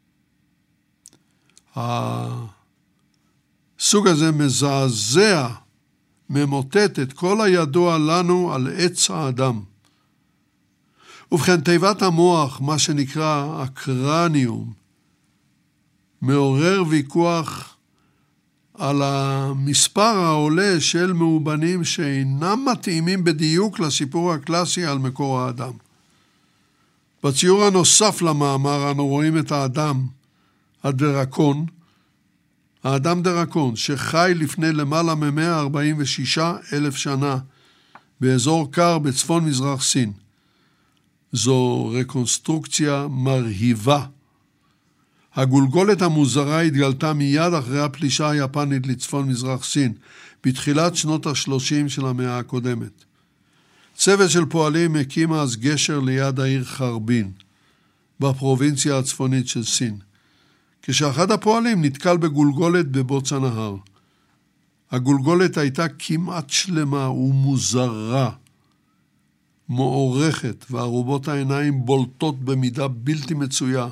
הסוג הזה מזעזע, ממוטט את כל הידוע לנו על עץ האדם. ובכן, תיבת המוח, מה שנקרא הקרניום, מעורר ויכוח על המספר העולה של מאובנים שאינם מתאימים בדיוק לסיפור הקלאסי על מקור האדם. בציור הנוסף למאמר אנו רואים את האדם, הדרקון, האדם דרקון, שחי לפני למעלה מ-מאה ארבעים ושישה אלף שנה באזור קר בצפון מזרח סין. זו רקונסטרוקציה מרהיבה. הגולגולת המוזרה התגלתה מיד אחרי הפלישה היפנית לצפון מזרח סין, בתחילת שנות ה-שלושים של המאה הקודמת. צוות של פועלים הקים אז גשר ליד העיר חרבין, בפרובינציה הצפונית של סין. כשאחד הפועלים נתקל בגולגולת בבוץ הנהר. הגולגולת הייתה כמעט שלמה ומוזרה, מוארכת, וערובות העיניים בולטות במידה בלתי מצויה.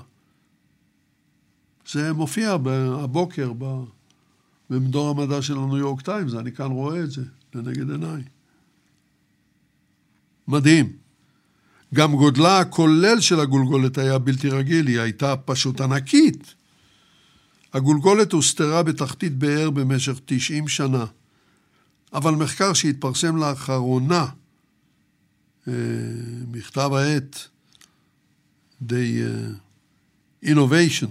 זה מופיע הבוקר במדור המדע של הניו יורק טיימס, אני כאן רואה את זה לנגד עיניי. מדהים. גם גודלה הכולל של הגולגולת היה בלתי רגיל, היא הייתה פשוט ענקית. הגולגולת הוסתרה בתחתית באר במשך תשעים שנה, אבל מחקר שהתפרסם לאחרונה, מכתב העת, The Innovation,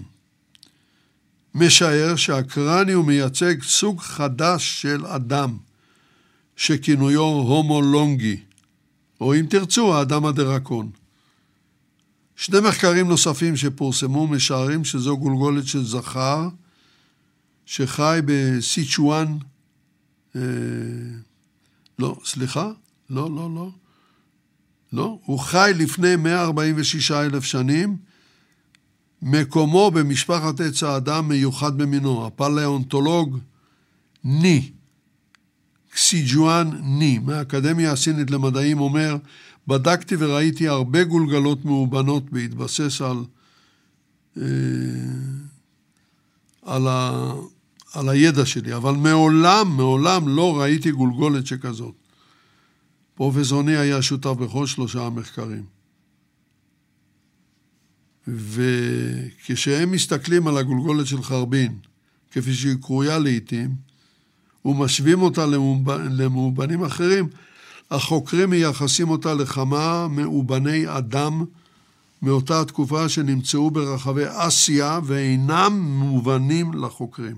משער שהקרניום מייצג סוג חדש של אדם, שכינויו הומו לונגי, או אם תרצו, האדם הדרקון. שני מחקרים נוספים שפורסמו משערים שזו גולגולת של זכר, שחי בסיצ'ואן, אה, לא, סליחה, לא, לא, לא, לא, הוא חי לפני מאה ארבעים ושישה אלף שנים, מקומו במשפחת עץ האדם מיוחד במינו, הפלאונטולוג ני, קסיג'ואן ני, מהאקדמיה הסינית למדעים, אומר, בדקתי וראיתי הרבה גולגלות מאובנות בהתבסס על, אה, על, ה, על הידע שלי, אבל מעולם, מעולם לא ראיתי גולגולת שכזאת. פרופסור ני היה שותף בכל שלושה המחקרים. וכשהם מסתכלים על הגולגולת של חרבין, כפי שהיא קרויה לעתים, ומשווים אותה למאובנים אחרים, החוקרים מייחסים אותה לכמה מאובני אדם מאותה התקופה שנמצאו ברחבי אסיה ואינם מובנים לחוקרים.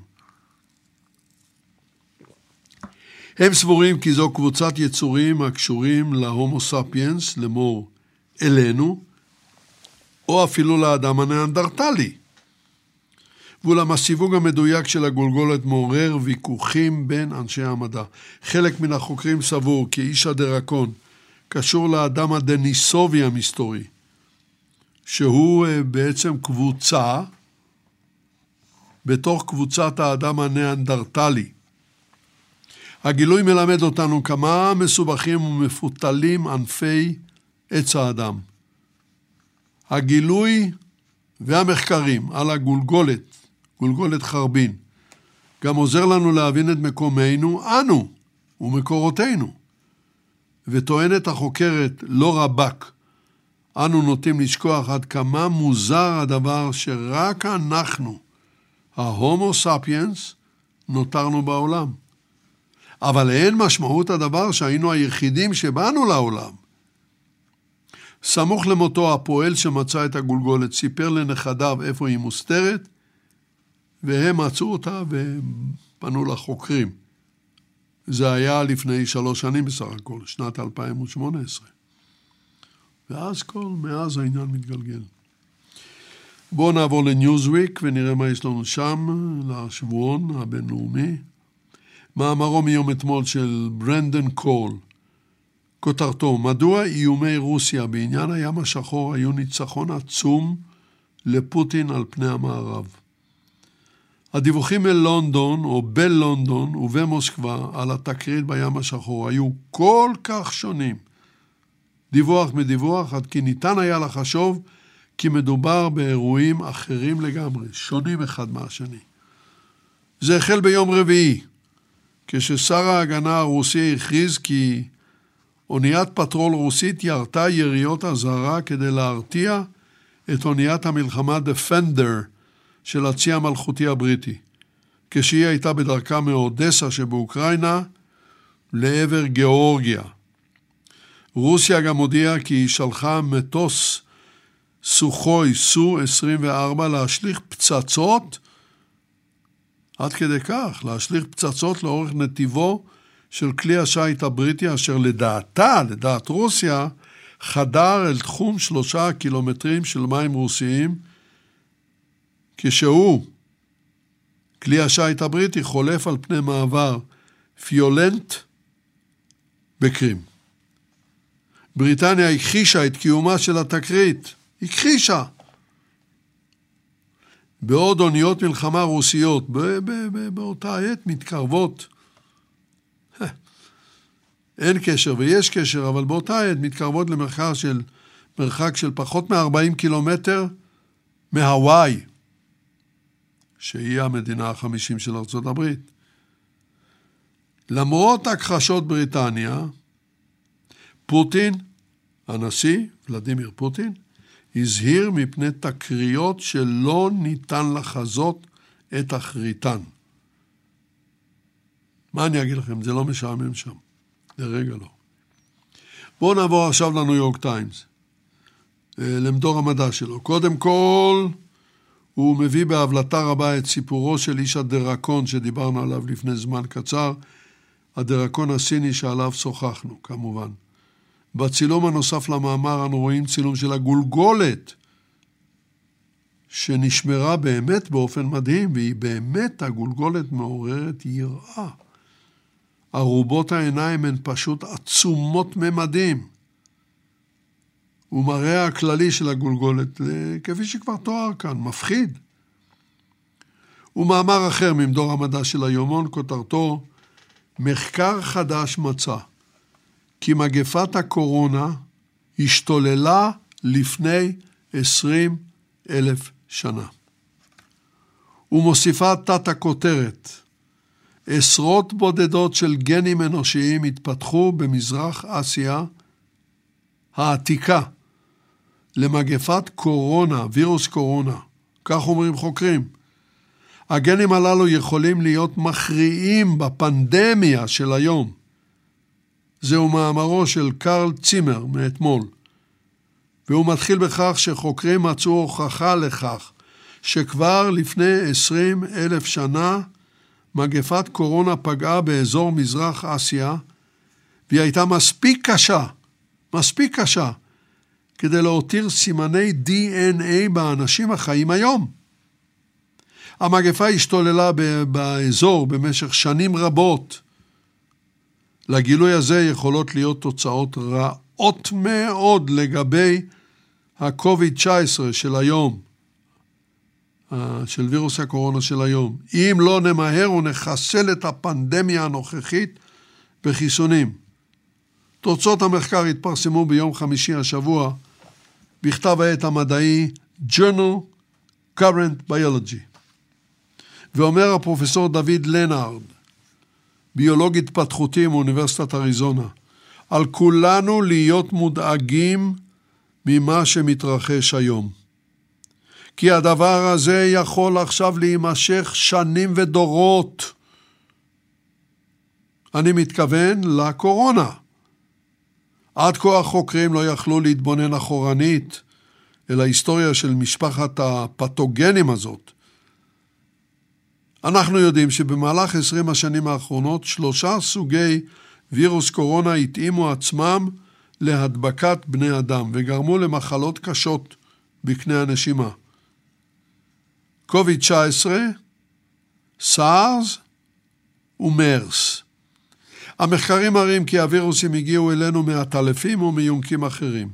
הם סבורים כי זו קבוצת יצורים הקשורים להומו ספיאנס, לאמור אלינו, או אפילו לאדם הנאנדרטלי. ואולם הסיווג המדויק של הגולגולת מעורר ויכוחים בין אנשי המדע. חלק מן החוקרים סבור כי איש הדרקון קשור לאדם הדניסובי המסתורי, שהוא בעצם קבוצה בתוך קבוצת האדם הנאנדרטלי. הגילוי מלמד אותנו כמה מסובכים ומפותלים ענפי עץ האדם. הגילוי והמחקרים על הגולגולת, גולגולת חרבין, גם עוזר לנו להבין את מקומנו, אנו ומקורותינו. וטוענת החוקרת לא רבק, אנו נוטים לשכוח עד כמה מוזר הדבר שרק אנחנו, ההומו ספיאנס, נותרנו בעולם. אבל אין משמעות הדבר שהיינו היחידים שבאנו לעולם. סמוך למותו הפועל שמצא את הגולגולת סיפר לנכדיו איפה היא מוסתרת, והם מצאו אותה ופנו לחוקרים. זה היה לפני שלוש שנים בסך הכל, שנת אלפיים ושמונה עשרה. ואז כל, מאז העניין מתגלגל. בואו נעבור לניוזוויק ונראה מה יש לנו שם, לשבועון הבינלאומי. מאמרו מיום אתמול של ברנדן קול. כותרתו, מדוע איומי רוסיה בעניין הים השחור היו ניצחון עצום לפוטין על פני המערב? הדיווחים מלונדון או בלונדון ובמוסקבה על התקרית בים השחור היו כל כך שונים, דיווח מדיווח, עד כי ניתן היה לחשוב כי מדובר באירועים אחרים לגמרי, שונים אחד מהשני. זה החל ביום רביעי, כששר ההגנה הרוסי הכריז כי אוניית פטרול רוסית ירתה יריות אזהרה כדי להרתיע את אוניית המלחמה Defender של הצי המלכותי הבריטי, כשהיא הייתה בדרכה מאודסה שבאוקראינה לעבר גיאורגיה. רוסיה גם הודיעה כי היא שלחה מטוס סוחוי סו עשרים וארבע להשליך פצצות, עד כדי כך, להשליך פצצות לאורך נתיבו של כלי השיט הבריטי, אשר לדעתה, לדעת רוסיה, חדר אל תחום שלושה קילומטרים של מים רוסיים, כשהוא, כלי השיט הבריטי, חולף על פני מעבר פיולנט בקרים. בריטניה הכחישה את קיומה של התקרית, הכחישה. בעוד אוניות מלחמה רוסיות באותה עת מתקרבות, אין קשר ויש קשר, אבל באותה עת מתקרבות למרחק של, מרחק של פחות מ-ארבעים קילומטר מהוואי, שהיא המדינה החמישים של ארצות הברית. למרות הכחשות בריטניה, פוטין, הנשיא, ולדימיר פוטין, הזהיר מפני תקריות שלא ניתן לחזות את אחריתן. מה אני אגיד לכם? זה לא משעמם שם. לרגע לא. בואו נעבור עכשיו לניו יורק טיימס, למדור המדע שלו. קודם כל, הוא מביא בהבלטה רבה את סיפורו של איש הדרקון שדיברנו עליו לפני זמן קצר, הדרקון הסיני שעליו שוחחנו, כמובן. בצילום הנוסף למאמר אנו רואים צילום של הגולגולת, שנשמרה באמת באופן מדהים, והיא באמת הגולגולת מעוררת יראה. ערובות העיניים הן פשוט עצומות ממדים. ומראה הכללי של הגולגולת, כפי שכבר תואר כאן, מפחיד. ומאמר אחר ממדור המדע של היומון, כותרתו, מחקר חדש מצא, כי מגפת הקורונה השתוללה לפני עשרים אלף שנה. ומוסיפה תת הכותרת, עשרות בודדות של גנים אנושיים התפתחו במזרח אסיה העתיקה למגפת קורונה, וירוס קורונה, כך אומרים חוקרים. הגנים הללו יכולים להיות מכריעים בפנדמיה של היום. זהו מאמרו של קרל צימר מאתמול, והוא מתחיל בכך שחוקרים מצאו הוכחה לכך שכבר לפני עשרים אלף שנה מגפת קורונה פגעה באזור מזרח אסיה, והיא הייתה מספיק קשה, מספיק קשה, כדי להותיר סימני די אן איי באנשים החיים היום. המגפה השתוללה באזור במשך שנים רבות. לגילוי הזה יכולות להיות תוצאות רעות מאוד לגבי ה-קוביד תשע עשרה של היום, של וירוס הקורונה של היום. אם לא נמהר ונחסל את הפנדמיה הנוכחית בחיסונים. תוצאות המחקר התפרסמו ביום חמישי השבוע בכתב העת המדעי Journal Current Biology. ואומר הפרופסור דוד לנארד, ביולוג התפתחותי מאוניברסיטת אריזונה, על כולנו להיות מודאגים ממה שמתרחש היום. כי הדבר הזה יכול עכשיו להימשך שנים ודורות. אני מתכוון לקורונה. עד כה החוקרים לא יכלו להתבונן אחורנית אל ההיסטוריה של משפחת הפתוגנים הזאת. אנחנו יודעים שבמהלך עשרים השנים האחרונות שלושה סוגי וירוס קורונה התאימו עצמם להדבקת בני אדם וגרמו למחלות קשות בקנה הנשימה. קוביד תשע עשרה, סארס ומרס. המחקרים מראים כי הווירוסים הגיעו אלינו מהטלפים ומיונקים אחרים.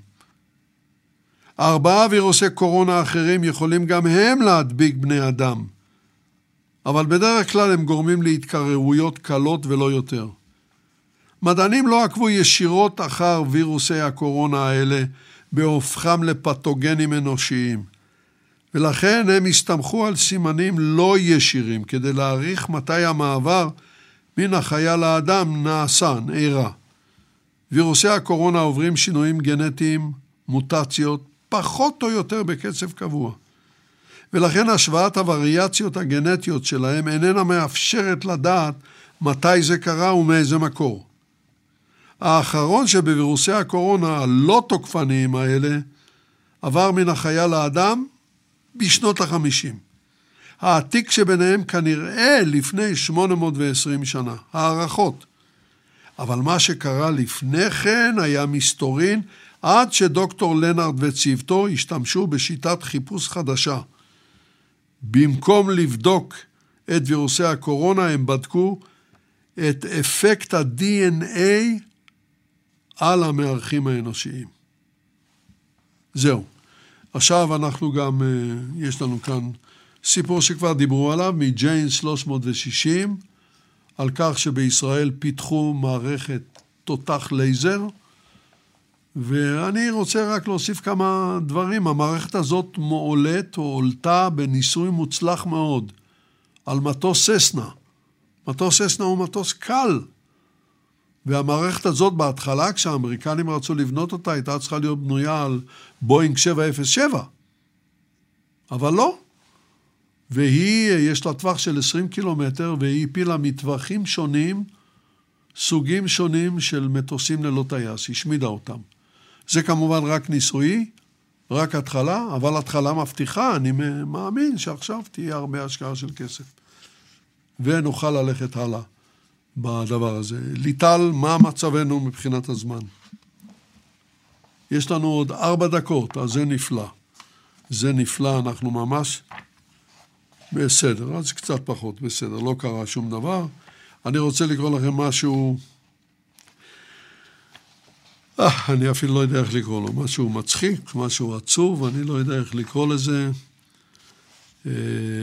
ארבעה וירוסי קורונה אחרים יכולים גם הם להדביק בני אדם, אבל בדרך כלל הם גורמים להתקררויות קלות ולא יותר. מדענים לא עקבו ישירות אחר וירוסי הקורונה האלה בהופכם לפתוגנים אנושיים, ולכן הם הסתמכו על סימנים לא ישירים כדי להעריך מתי המעבר מן החיה לאדם נעשה, נערה. וירוסי הקורונה עוברים שינויים גנטיים, מוטציות, פחות או יותר בקצב קבוע. ולכן השוואת הווריאציות הגנטיות שלהם איננה מאפשרת לדעת מתי זה קרה ומאיזה מקור. האחרון שבווירוסי הקורונה הלא תוקפניים האלה עבר מן החיה לאדם בשנות החמישים. העתיק שביניהם כנראה לפני שמונה מאות ועשרים שנה, הערכות. אבל מה שקרה לפני כן היה מסתורין, עד שדוקטור לנארד וצוותו השתמשו בשיטת חיפוש חדשה. במקום לבדוק את וירוסי הקורונה, הם בדקו את אפקט ה-די אן איי על המארחים האנושיים. זהו. עכשיו אנחנו גם, יש לנו כאן סיפור שכבר דיברו עליו, מג'יין שלוש מאות ושישים, על כך שבישראל פיתחו מערכת תותח לייזר, ואני רוצה רק להוסיף כמה דברים. המערכת הזאת מועלת או עולתה בניסוי מוצלח מאוד על מטוס ססנה. מטוס ססנה הוא מטוס קל, והמערכת הזאת בהתחלה, כשהאמריקנים רצו לבנות אותה, הייתה צריכה להיות בנויה על בואינג שבע אפס שבע. אבל לא. והיא, יש לה טווח של עשרים קילומטר, והיא הפילה מטווחים שונים, סוגים שונים של מטוסים ללא טייס, השמידה אותם. זה כמובן רק ניסוי, רק התחלה, אבל התחלה מבטיחה, אני מאמין שעכשיו תהיה הרבה השקעה של כסף. ונוכל ללכת הלאה בדבר הזה. ליטל, מה מצבנו מבחינת הזמן? יש לנו עוד ארבע דקות, אז זה נפלא. זה נפלא, אנחנו ממש בסדר, אז קצת פחות בסדר, לא קרה שום דבר. אני רוצה לקרוא לכם משהו, אה, אני אפילו לא יודע איך לקרוא לו, משהו מצחיק, משהו עצוב, אני לא יודע איך לקרוא לזה. אה,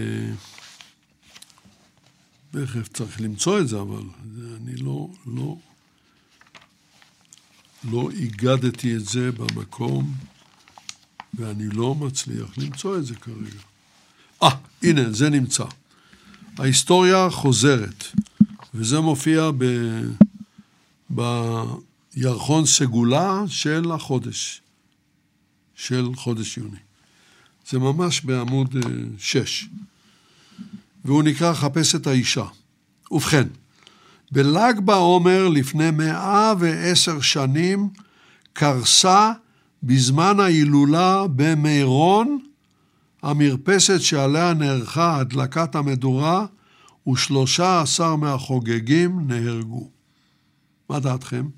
בכך צריך למצוא את זה, אבל אני לא, לא, לא הגדתי את זה במקום, ואני לא מצליח למצוא את זה כרגע. אה, הנה, זה נמצא. ההיסטוריה חוזרת, וזה מופיע ב... בירחון סגולה של החודש, של חודש יוני. זה ממש בעמוד שש. והוא נקרא חפש את האישה. ובכן, בל"ג בעומר לפני מאה ועשר שנים, קרסה בזמן ההילולה במירון, המרפסת שעליה נערכה הדלקת המדורה, ושלושה עשר מהחוגגים נהרגו. מה דעתכם?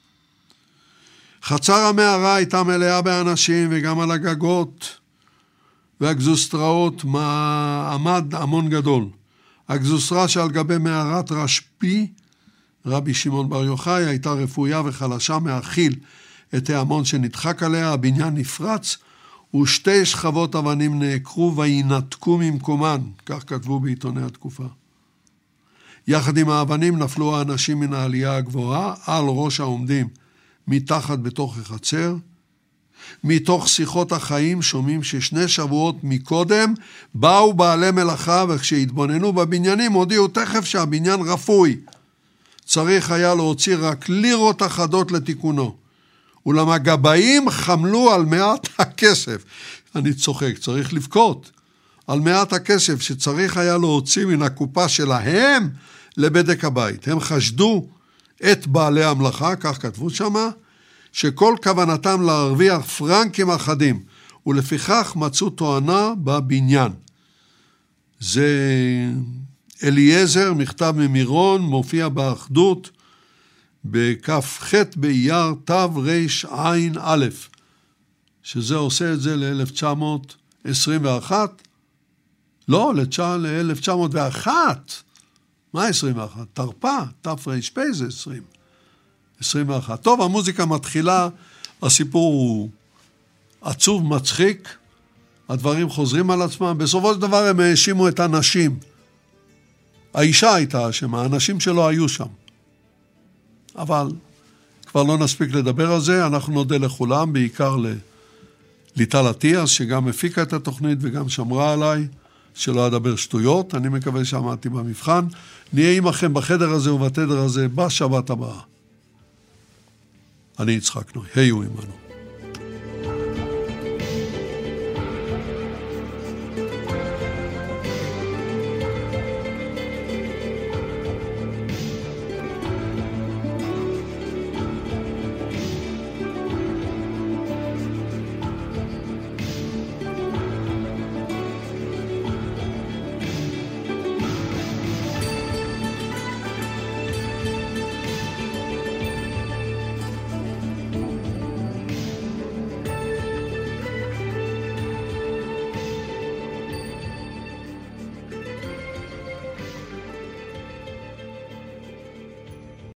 חצר המערה הייתה מלאה באנשים, וגם על הגגות והגזוסטראות עמד המון גדול. הגזוסטרה שעל גבי מערת רשפי, רבי שמעון בר יוחאי, הייתה רפויה וחלשה מאכיל את ההמון שנדחק עליה. הבניין נפרץ, ושתי שכבות אבנים נעקרו וינתקו ממקומן, כך כתבו בעיתוני התקופה. יחד עם האבנים נפלו האנשים מן העלייה הגבוהה על ראש העומדים מתחת בתוך החצר. מתוך שיחות החיים שומעים ששני שבועות מקודם באו בעלי מלאכה, וכשהתבוננו בבניינים הודיעו תכף שהבניין רפוי. צריך היה להוציא רק לירות אחדות לתיקונו. אולם הגבאים חמלו על מעט הכסף. אני צוחק, צריך לבכות. על מעט הכסף שצריך היה להוציא מן הקופה שלהם לבדק הבית. הם חשדו את בעלי המלאכה, כך כתבו שמה, שכל כוונתם להרוויח פרנקים אחדים, ולפיכך מצאו תואנה בבניין. זה אליעזר, מכתב ממירון, מופיע באחדות, בכ"ח באייר תרע"א, שזה עושה את זה ל-אלף תשע מאות עשרים ואחת, לא, ל-אלף תשע מאות ואחת, מה עשרים ואחת? תרפ"א, תרפ"א זה עשרים. עשרים ואחת. טוב, המוזיקה מתחילה, הסיפור הוא עצוב, מצחיק, הדברים חוזרים על עצמם, בסופו של דבר הם האשימו את הנשים. האישה הייתה אשמה, האנשים שלא היו שם. אבל כבר לא נספיק לדבר על זה, אנחנו נודה לכולם, בעיקר לליטל אטיאס, שגם הפיקה את התוכנית וגם שמרה עליי, שלא אדבר שטויות, אני מקווה שעמדתי במבחן. נהיה עמכם בחדר הזה ובתדר הזה בשבת הבאה. אני יצחק נוי, היו עמנו.